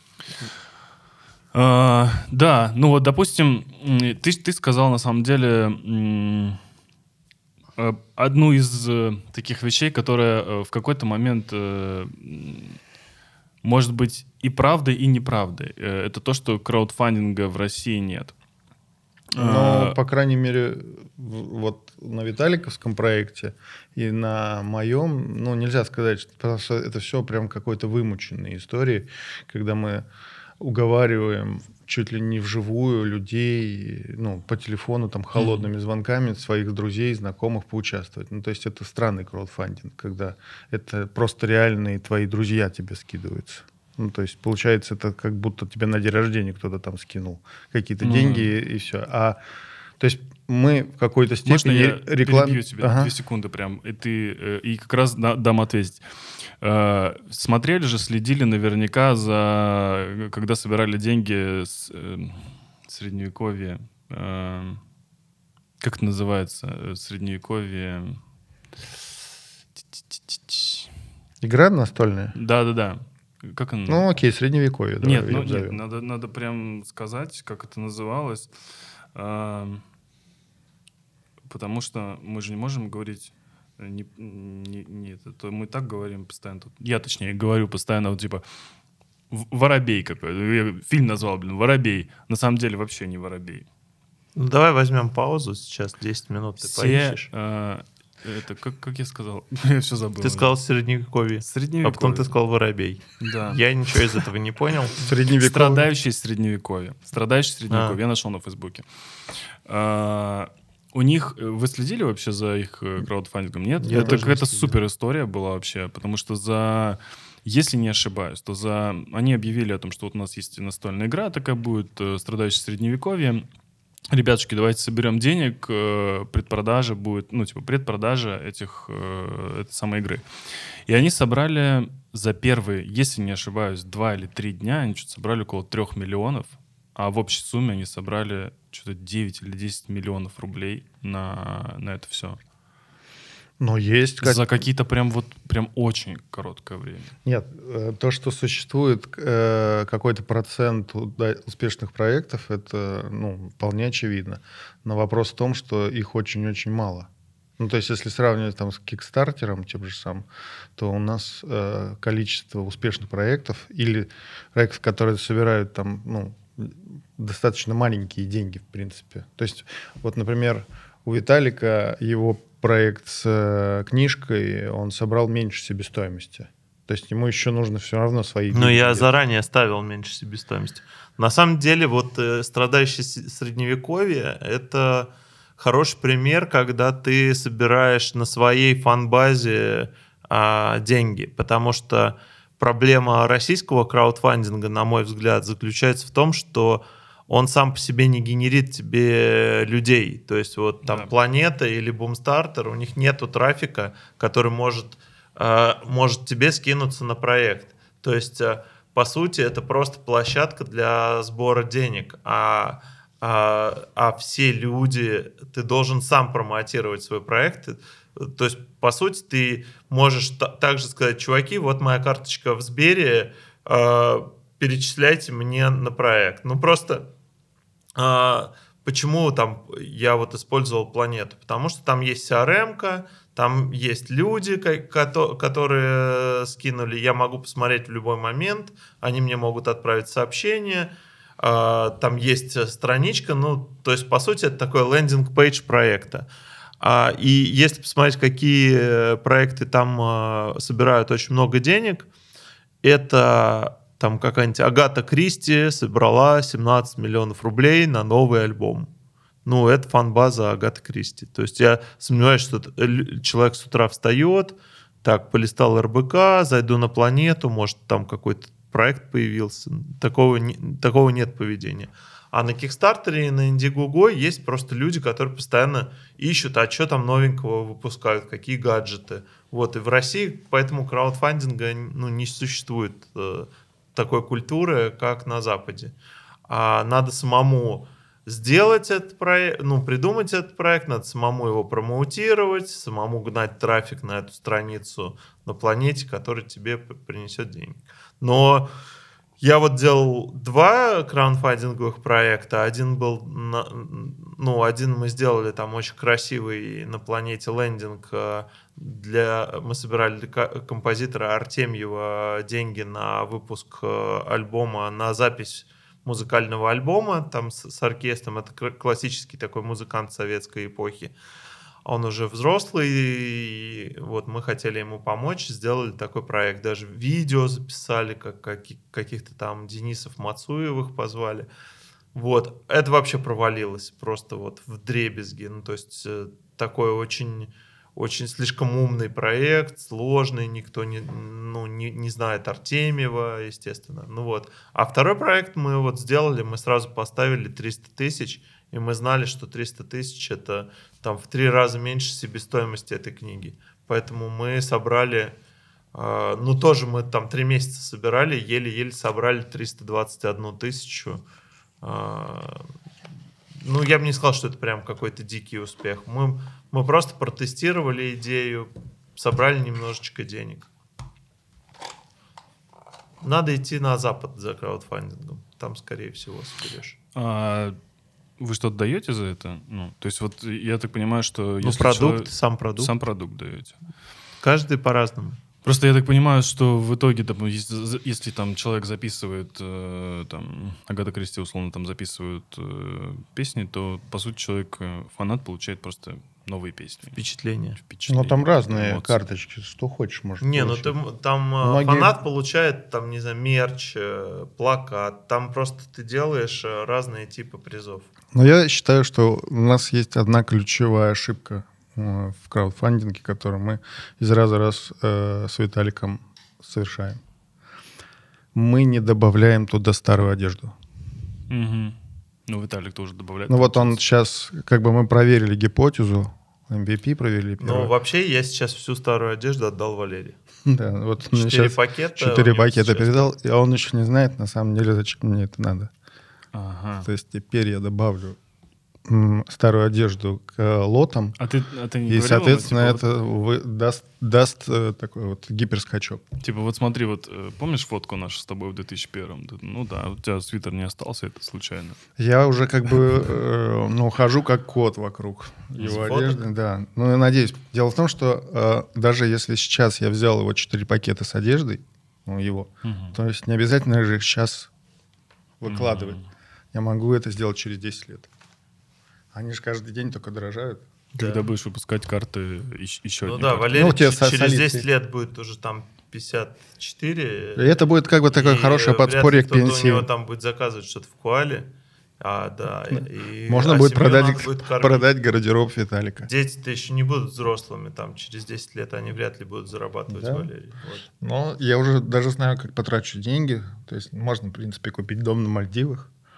А, да, ну вот, допустим, м, ты, ты сказал на самом деле м, э, одну из э, таких вещей, которая э, в какой-то момент э, м, может быть и правдой, и неправдой. Э, Это то, что краудфандинга в России нет. Но, А, по крайней мере, в- вот на Виталиковском проекте и на моем, ну, нельзя сказать, что, потому что это все прям какой-то вымученные истории, когда мы уговариваем чуть ли не вживую людей, ну, по телефону, там, холодными звонками своих друзей, знакомых поучаствовать. Ну, то есть это странный краудфандинг, когда это просто реальные твои друзья тебе скидываются. Ну, то есть, получается, это как будто тебе на день рождения кто-то там скинул какие-то Ну, деньги и, и все. А, то есть мы в какой-то Можно степени я реклам... перебью тебя Ага. две секунды прям, и ты э, и как раз да- дам ответить. Э, Смотрели же, следили наверняка за, когда собирали деньги с э, средневековья. э, Как это называется? Э, Средневековье. Игра настольная? Да-да-да. Как она? Ну, окей, средневековье. давай Нет, её ну, нет, назовем. надо, надо прям сказать, как это называлось. Ам, Потому что мы же не можем говорить... э, Не, не, не это, то мы так говорим постоянно. Тут, я, точнее, говорю постоянно, вот, типа, в- воробей какой-то. Я фильм назвал, блин, воробей. На самом деле вообще не воробей. Ну, давай возьмем паузу сейчас, десять минут ты Все... поищешь. э, это, как, как я сказал? Я все забыл. Ты сказал средневековье, Средневековье. а потом ты сказал воробей. Да. Я ничего из этого не понял. Средневековье. Страдающие средневековье. Страдающие средневековье. А. Я нашел на Фейсбуке. А, у них... э, Вы следили вообще за их э, краудфандингом? Нет? Я это тоже не какая-то следил. супер история была вообще, потому что за... Если не ошибаюсь, то за... Они объявили о том, что вот у нас есть настольная игра, такая будет э, «Страдающее средневековье». Ребятушки, давайте соберем денег, э, предпродажа будет, ну, типа, предпродажа этих, э, этой самой игры. И они собрали за первые, если не ошибаюсь, два или три дня, они что-то собрали около трех миллионов, а в общей сумме они собрали что-то девять или десять миллионов рублей на, на это все. Но есть... как- За какие-то прям вот, прям очень короткое время. Нет, э, то, что существует э, какой-то процент уда- успешных проектов, это, ну, вполне очевидно. Но вопрос в том, что их очень-очень мало. Ну, то есть, если сравнивать там с Кикстартером, тем же самым, то у нас э, количество успешных проектов или проектов, которые собирают там, ну, достаточно маленькие деньги, в принципе. То есть, вот, например, у Виталика его проект с э, книжкой, он собрал меньше себестоимости. То есть ему еще нужно все равно свои... Но деньги я делать. заранее ставил меньше себестоимости. На самом деле, вот э, страдающее с- средневековье — это хороший пример, когда ты собираешь на своей фан-базе а, деньги. Потому что проблема российского краудфандинга, на мой взгляд, заключается в том, что он сам по себе не генерит тебе людей. То есть вот там да. Планета или Boomstarter, у них нету трафика, который может, э, может тебе скинуться на проект. То есть, э, по сути, это просто площадка для сбора денег. А, а, а все люди, ты должен сам промотировать свой проект. То есть, по сути, ты можешь та- также сказать: чуваки, вот моя карточка в Сбере, э, перечисляйте мне на проект. Ну, просто э, почему там я вот использовал Планету? Потому что там есть си ар эм-ка, там есть люди, которые скинули, я могу посмотреть в любой момент, они мне могут отправить сообщение, э, там есть страничка, ну, то есть, по сути, это такой лендинг-пейдж проекта. И если посмотреть, какие проекты там собирают очень много денег, это там какая-нибудь Агата Кристи собрала семнадцать миллионов рублей на новый альбом. Ну, это фан-база Агаты Кристи. То есть я сомневаюсь, что человек с утра встает, так, полистал эр бэ ка, зайду на Планету, может, там какой-то проект появился. Такого, такого нет поведения. А на Кикстартере и на Indiegogo есть просто люди, которые постоянно ищут, а что там новенького выпускают, какие гаджеты. Вот, и в России поэтому краудфандинга ну, не существует э, такой культуры, как на Западе. А надо самому сделать этот проект, ну, придумать этот проект, надо самому его промоутировать, самому гнать трафик на эту страницу на Планете, который тебе принесет деньги. Но я вот делал два краудфандинговых проекта. Один был, на, ну, один мы сделали там очень красивый на Планете лендинг. Для, мы собирали для композитора Артемьева деньги на выпуск альбома, на запись музыкального альбома там с, с оркестром. Это классический такой музыкант советской эпохи. Он уже взрослый, и вот мы хотели ему помочь, сделали такой проект. Даже видео записали, как, как, каких-то там Денисов Мацуевых позвали. Вот. Это вообще провалилось просто вот вдребезги. Ну, то есть такой очень, очень слишком умный проект, сложный, никто не, ну, не, не знает Артемьева, естественно. Ну, вот. А второй проект мы вот сделали, мы сразу поставили триста тысяч, и мы знали, что триста тысяч — это там в три раза меньше себестоимости этой книги. Поэтому мы собрали, э, ну тоже мы там три месяца собирали, еле-еле собрали триста двадцать одну тысячу. Э, ну, я бы не сказал, что это прям какой-то дикий успех. Мы, мы просто протестировали идею, собрали немножечко денег. Надо идти на Запад за краудфандингом. Там, скорее всего, соберешь. А... Вы что-то даете за это? Ну, то есть вот я так понимаю, что... Ну, продукт, человек... сам продукт. Сам продукт даете. Каждый по-разному. Просто я так понимаю, что в итоге, там, если, если там человек записывает, э, там, Агата Кристи, условно, там записывают э, песни, то, по сути, человек, фанат, получает просто новые песни. Впечатления. Впечатления. Ну, там разные эмоции. Карточки, что хочешь, можно Не, получить. Ну, ты, там Многие... фанат получает, там, не знаю, мерч, плакат, там просто ты делаешь разные типы призов. Но я считаю, что у нас есть одна ключевая ошибка в краудфандинге, которую мы из раза в раз э, с Виталиком совершаем. Мы не добавляем туда старую одежду. Угу. Ну, Виталик тоже добавляет. Ну, вот он сейчас, как бы мы проверили гипотезу, эм ви пи провели. Ну, вообще, я сейчас всю старую одежду отдал Валерию. Да, вот четыре пакета. Четыре пакета передал, и он еще не знает, на самом деле, зачем мне это надо. Ага. То есть теперь я добавлю м, старую одежду к лотам, а ты, а ты не и, соответственно, ему, типа, это вот... вы, даст, даст э, такой вот гиперскачок. Типа вот смотри, вот помнишь фотку нашу с тобой в две тысячи первом? Ну да, у тебя свитер не остался, это случайно. Я уже как бы э, ну, хожу как кот вокруг его одежды. Да. Ну, я надеюсь. Дело в том, что э, даже если сейчас я взял его четыре пакета с одеждой, ну, его, угу. то есть не обязательно же их сейчас выкладывать. Угу. Я могу это сделать через десять лет. Они же каждый день только дорожают. Когда да. будешь выпускать карты еще ну одни да, карты. Валерий ну, через солидцы. десять лет будет уже там пятьдесят четыре. И это будет как бы такое хорошее подспорье к пенсии. У него там будет заказывать что-то в Куале. А, да. И, Можно а будет, продать, будет продать гардероб Виталика. Дети-то еще не будут взрослыми. Там через десять лет они вряд ли будут зарабатывать, да? Валерий. Вот. Ну, я уже даже знаю, как потрачу деньги. То есть можно, в принципе, купить дом на Мальдивах.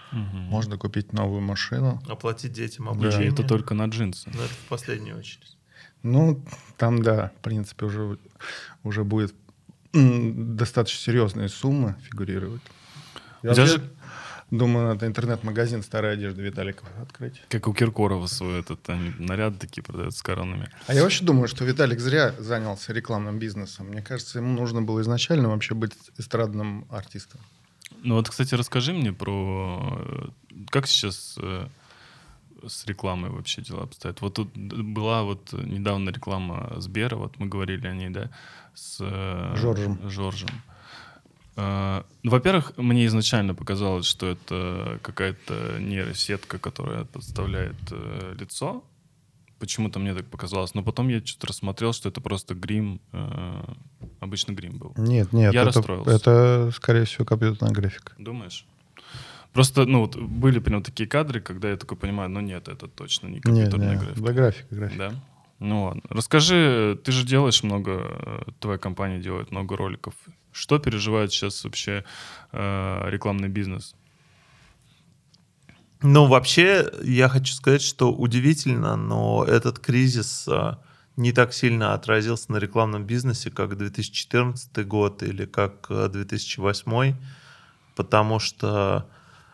Угу. Можно купить новую машину. Оплатить детям Да, обучение. это только на джинсы. Но это в последнюю очередь. Ну, там, да, в принципе, уже, уже будет м, достаточно серьезные суммы фигурировать. Я У тебя вообще же- думаю, надо интернет-магазин старой одежды Виталикова открыть. Как у Киркорова свой этот, они наряды такие продают с коронами. А я вообще думаю, что Виталик зря занялся рекламным бизнесом. Мне кажется, ему нужно было изначально вообще быть эстрадным артистом. Ну вот, кстати, расскажи мне про... э, Как сейчас э, с рекламой вообще дела обстоят? Вот тут была вот недавно реклама Сбера, вот мы говорили о ней, да, с э, Жоржем. Жоржем. Э, Ну, во-первых, мне изначально показалось, что это какая-то нейросетка, которая подставляет э, лицо. Почему-то мне так показалось. Но потом я что-то рассмотрел, что это просто грим, э, обычный грим был. Нет, нет, Я это, расстроился. это, скорее всего, компьютерная графика. Думаешь? Просто, ну, вот были прям такие кадры, когда я такой понимаю, ну нет, это точно не Нет, компьютерная нет, графика. да, графика, графика. Да? Ну ладно. Расскажи, ты же делаешь много, э, твоя компания делает много роликов. Что переживает сейчас вообще э, рекламный бизнес? Ну, вообще, я хочу сказать, что удивительно, но этот кризис а, не так сильно отразился на рекламном бизнесе, как две тысячи четырнадцатый год или как а, две тысячи восьмой, потому что,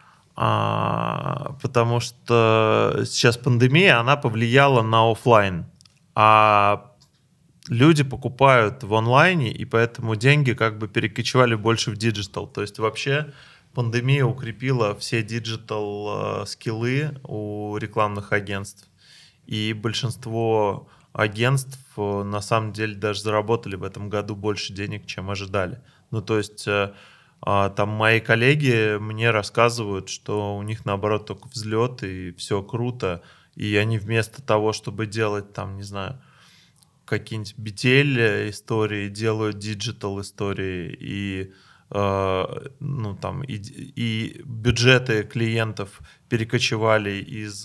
а, потому что сейчас пандемия, она повлияла на офлайн, а люди покупают в онлайне, и поэтому деньги как бы перекочевали больше в диджитал. То есть вообще пандемия укрепила все диджитал скиллы у рекламных агентств. И большинство агентств на самом деле даже заработали в этом году больше денег, чем ожидали. Ну, то есть там мои коллеги мне рассказывают, что у них наоборот только взлет, и все круто. И они вместо того, чтобы делать там, не знаю, какие-нибудь би ти эл истории, делают диджитал истории, и ну, там, и, и бюджеты клиентов перекочевали из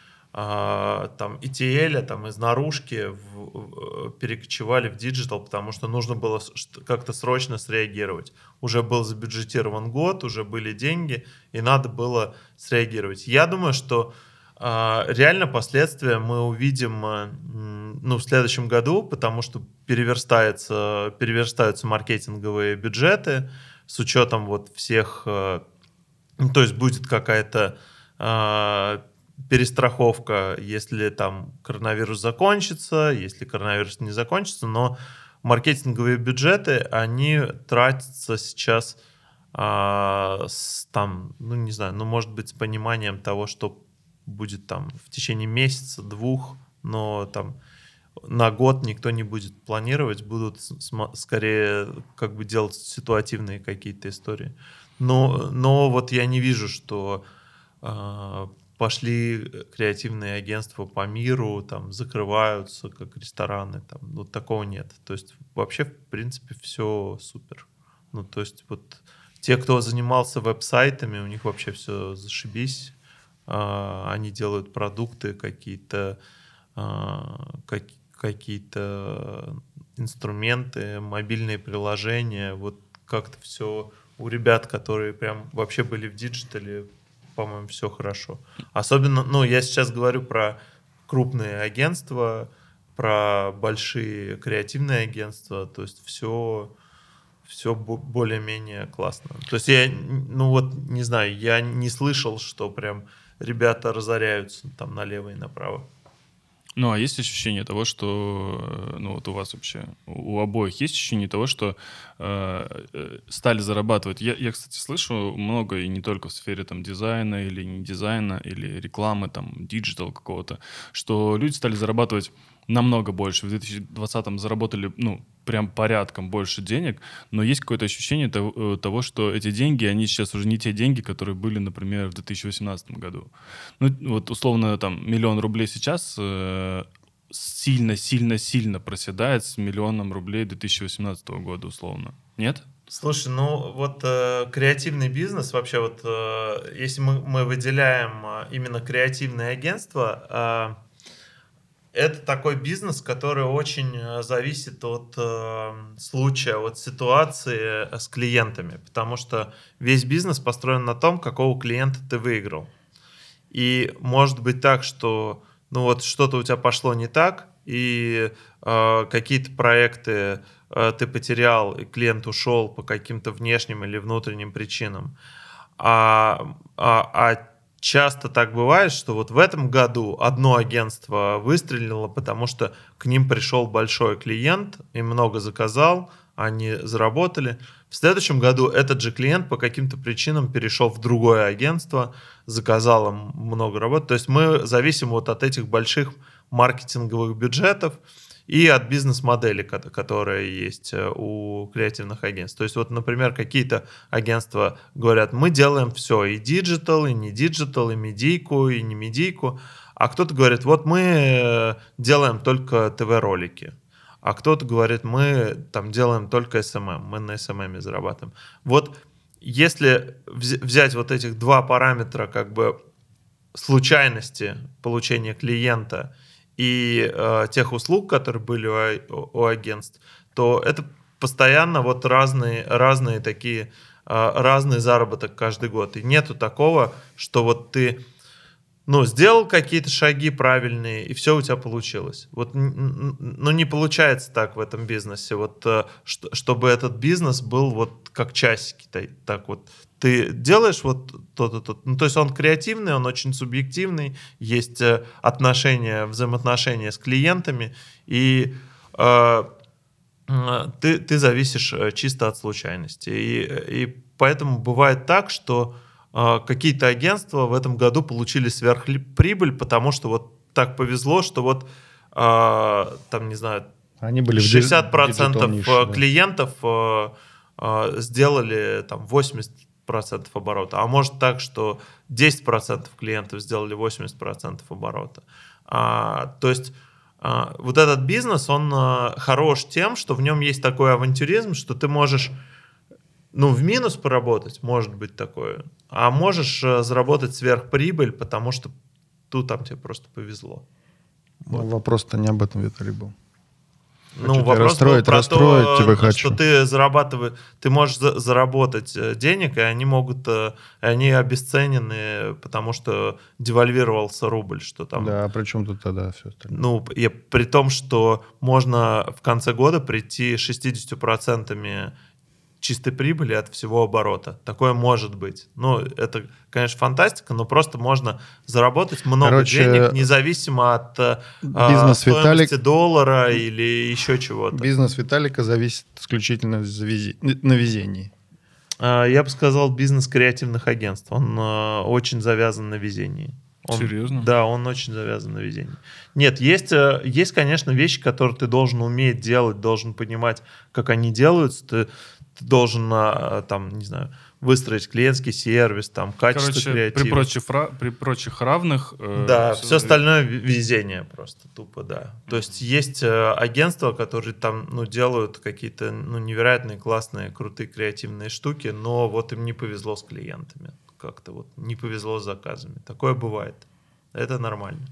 а, там, и ти эл, там, из наружки в, перекочевали в диджитал, потому что нужно было как-то срочно среагировать. Уже был забюджетирован год, уже были деньги, и надо было среагировать. Я думаю, что а, реально последствия мы увидим ну, в следующем году, потому что переверстаются, переверстаются маркетинговые бюджеты, с учетом вот всех, ну, то есть будет какая-то э, перестраховка, если там коронавирус закончится, если коронавирус не закончится, но маркетинговые бюджеты, они тратятся сейчас э, с, там, ну не знаю, ну может быть с пониманием того, что будет там в течение месяца, двух, но там на год никто не будет планировать, будут скорее как бы делать ситуативные какие-то истории. Но, но вот я не вижу, что э, пошли креативные агентства по миру, там закрываются, как рестораны, там, ну такого нет. То есть вообще, в принципе, все супер. Ну, то есть вот те, кто занимался веб-сайтами, у них вообще все зашибись. Э, они делают продукты какие-то, э, как, какие-то инструменты, мобильные приложения, вот как-то все у ребят, которые прям вообще были в диджитале, по-моему, все хорошо. Особенно, ну, я сейчас говорю про крупные агентства, про большие креативные агентства, то есть все, все более-менее классно. То есть я, ну вот, не знаю, я не слышал, что прям ребята разоряются там налево и направо. Ну, а есть ощущение того, что, ну, вот у вас вообще, у обоих есть ощущение того, что э, стали зарабатывать? Я, я, кстати, слышу много, и не только в сфере там дизайна или не дизайна, или рекламы, там, диджитал какого-то, что люди стали зарабатывать намного больше. В две тысячи двадцатом заработали, ну, прям порядком больше денег, но есть какое-то ощущение того, того, что эти деньги, они сейчас уже не те деньги, которые были, например, в две тысячи восемнадцатом году. Ну, вот условно, там, миллион рублей сейчас э, сильно-сильно-сильно проседает с миллионом рублей две тысячи восемнадцатого года, условно. Нет? Слушай, ну вот э, креативный бизнес, вообще вот, э, если мы, мы выделяем э, именно креативное агентство, э, это такой бизнес, который очень зависит от э, случая, от ситуации с клиентами, потому что весь бизнес построен на том, какого клиента ты выиграл. И может быть так, что ну вот что-то у тебя пошло не так, и э, какие-то проекты э, ты потерял, и клиент ушел по каким-то внешним или внутренним причинам. А, а, а часто так бывает, что вот в этом году одно агентство выстрелило, потому что к ним пришел большой клиент и много заказал, они заработали. В следующем году этот же клиент по каким-то причинам перешел в другое агентство, заказал им много работы. То есть мы зависим вот от этих больших маркетинговых бюджетов и от бизнес-модели, которая есть у креативных агентств. То есть вот, например, какие-то агентства говорят, мы делаем все, и диджитал, и не диджитал, и медийку, и не медийку. А кто-то говорит, вот мы делаем только ТВ-ролики. А кто-то говорит, мы там делаем только эс эм эм, мы на эс эм эм зарабатываем. Вот если взять вот этих два параметра как бы случайности получения клиента и э, тех услуг, которые были у, у агентств, то это постоянно вот разные, разные такие, э, разный заработок каждый год. И нету такого, что вот ты ну, сделал какие-то шаги правильные, и все у тебя получилось. Вот, ну, не получается так в этом бизнесе, вот, чтобы этот бизнес был вот как часики, так вот. Ты делаешь вот то-то, то-то. Ну, то есть он креативный, он очень субъективный, есть отношения, взаимоотношения с клиентами, и э, ты, ты зависишь чисто от случайности. И, и поэтому бывает так, что какие-то агентства в этом году получили сверхприбыль, потому что вот так повезло, что вот там, не знаю, Они были шестьдесят процентов нише, клиентов да. сделали там восемьдесят процентов оборота, а может так, что десять процентов клиентов сделали восемьдесят процентов оборота. То есть вот этот бизнес, он хорош тем, что в нем есть такой авантюризм, что ты можешь ну, в минус поработать, может быть такое, а можешь заработать сверхприбыль, потому что тут там тебе просто повезло. Вот. Ну, вопрос-то не об этом, Виталий, был. Ну, хочу вопрос был про то, тебя хочу. Что ты зарабатываешь, ты можешь за- заработать денег, и они могут, они обесценены, потому что девальвировался рубль, что там. Да, а при чем тут тогда все остальное? Ну, и при том, что можно в конце года прийти шестьдесят процентов чистой прибыли от всего оборота. Такое может быть. Ну, это, конечно, фантастика, но просто можно заработать много Короче, денег, независимо от бизнес стоимости Виталик... доллара или еще чего-то. Бизнес Виталика зависит исключительно на везении. Я бы сказал, бизнес креативных агентств. Он очень завязан на везении. Он, Серьезно? Да, он очень завязан на везении. Нет, есть, есть, конечно, вещи, которые ты должен уметь делать, должен понимать, как они делаются. Ты Ты должен, там, не знаю, выстроить клиентский сервис, там, качество Короче, креатива. При прочих, при прочих равных... Э, да, все, все остальное везение просто, тупо, да. То есть есть агентства, которые там, ну, делают какие-то, ну, невероятные, классные, крутые, креативные штуки, но вот им не повезло с клиентами. Как-то вот не повезло с заказами. Такое бывает. Это нормально.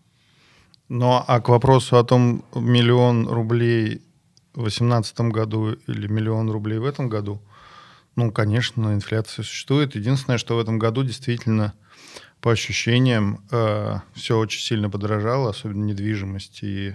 Ну, а к вопросу о том, миллион рублей... в две тысячи восемнадцатом году или миллион рублей в этом году, ну, конечно, инфляция существует. Единственное, что в этом году действительно, по ощущениям, э, все очень сильно подорожало, особенно недвижимость и,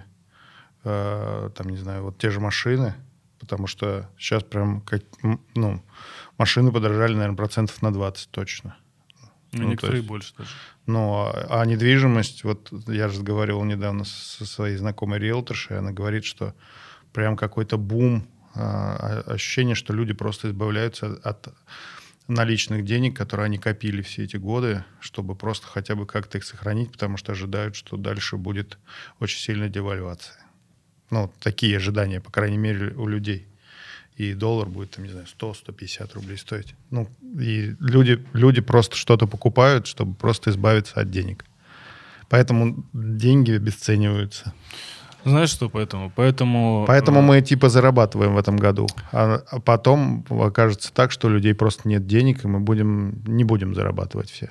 э, там, не знаю, вот те же машины, потому что сейчас прям, как, ну, машины подорожали, наверное, процентов на двадцать точно. Ну, ну некоторые есть, больше даже. Ну, а, а недвижимость, вот я же разговаривал недавно со своей знакомой риэлторшей, она говорит, что прям какой-то бум, ощущение, что люди просто избавляются от наличных денег, которые они копили все эти годы, чтобы просто хотя бы как-то их сохранить, потому что ожидают, что дальше будет очень сильная девальвация. Ну, такие ожидания, по крайней мере, у людей. И доллар будет, там, не знаю, сто - сто пятьдесят рублей стоить. Ну, и люди, люди просто что-то покупают, чтобы просто избавиться от денег. Поэтому деньги обесцениваются. Знаешь что, поэтому? Поэтому, поэтому мы типа зарабатываем в этом году. А, а потом окажется так, что у людей просто нет денег, и мы будем, не будем зарабатывать все.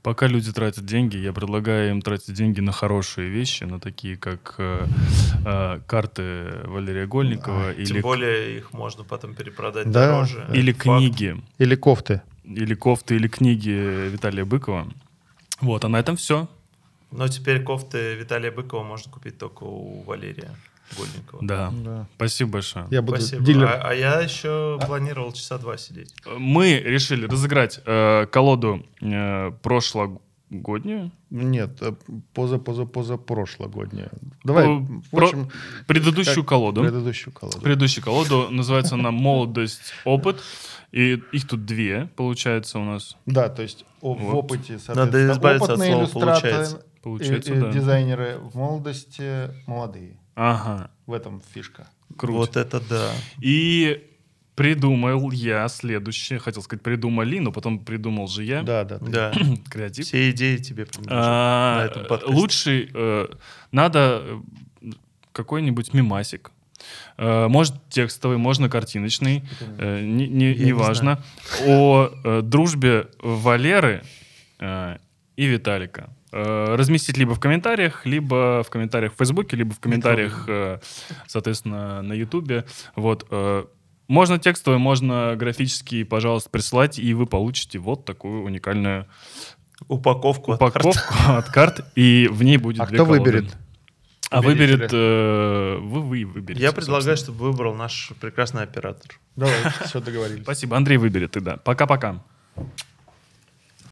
Пока люди тратят деньги, я предлагаю им тратить деньги на хорошие вещи, на такие как э, э, карты Валерия Гольникова. А, или, тем более их можно потом перепродать Да. дороже. или Факт. книги. Или кофты. Или кофты, или книги Виталия Быкова. Вот, а на этом все. Но теперь кофты Виталия Быкова можно купить только у Валерия Гольникова. Да. Да. Спасибо большое. Я буду Спасибо. дилер. А, а я еще планировал часа два сидеть. Мы решили разыграть э, колоду э, прошлогоднюю. Нет, э, поза-поза-поза-прошлогодняя. Давай, Э, в про- общем, Предыдущую как колоду. предыдущую колоду. Предыдущую колоду. Называется она «Молодость. Опыт». И их тут две, получается, у нас. Да, то есть о- в Вот. опыте, Надо соответственно, избавиться от опытные слова иллюстраторы «получается». Получается, и- и да. дизайнеры, в молодости молодые. Ага, В этом фишка. круто. Вот это да. И придумал я следующее. Хотел сказать, придумали, но потом придумал же я. Да, да. ты- Да. Креатив. Все идеи тебе принадлежат А, на этом подкасте. Лучший э, надо э, какой-нибудь мемасик. Э, Может текстовый, можно картиночный, э, не, не, Я не неважно. О э, дружбе Валеры э, и Виталика. Э, Разместить либо в комментариях, либо в комментариях в Фейсбуке, либо в комментариях, э, соответственно, на Ютубе. Вот. э, Можно текстовый, можно графический, пожалуйста, присылать, и вы получите вот такую уникальную Упаковку от карт. упаковку от карт, и в ней будет А две кто колоды. выберет? А Победителя? выберет... э, вы, вы выберете. Я предлагаю, собственно. чтобы выбрал наш прекрасный оператор. Давай, все договорились. Спасибо. Андрей выберет тогда. Пока-пока.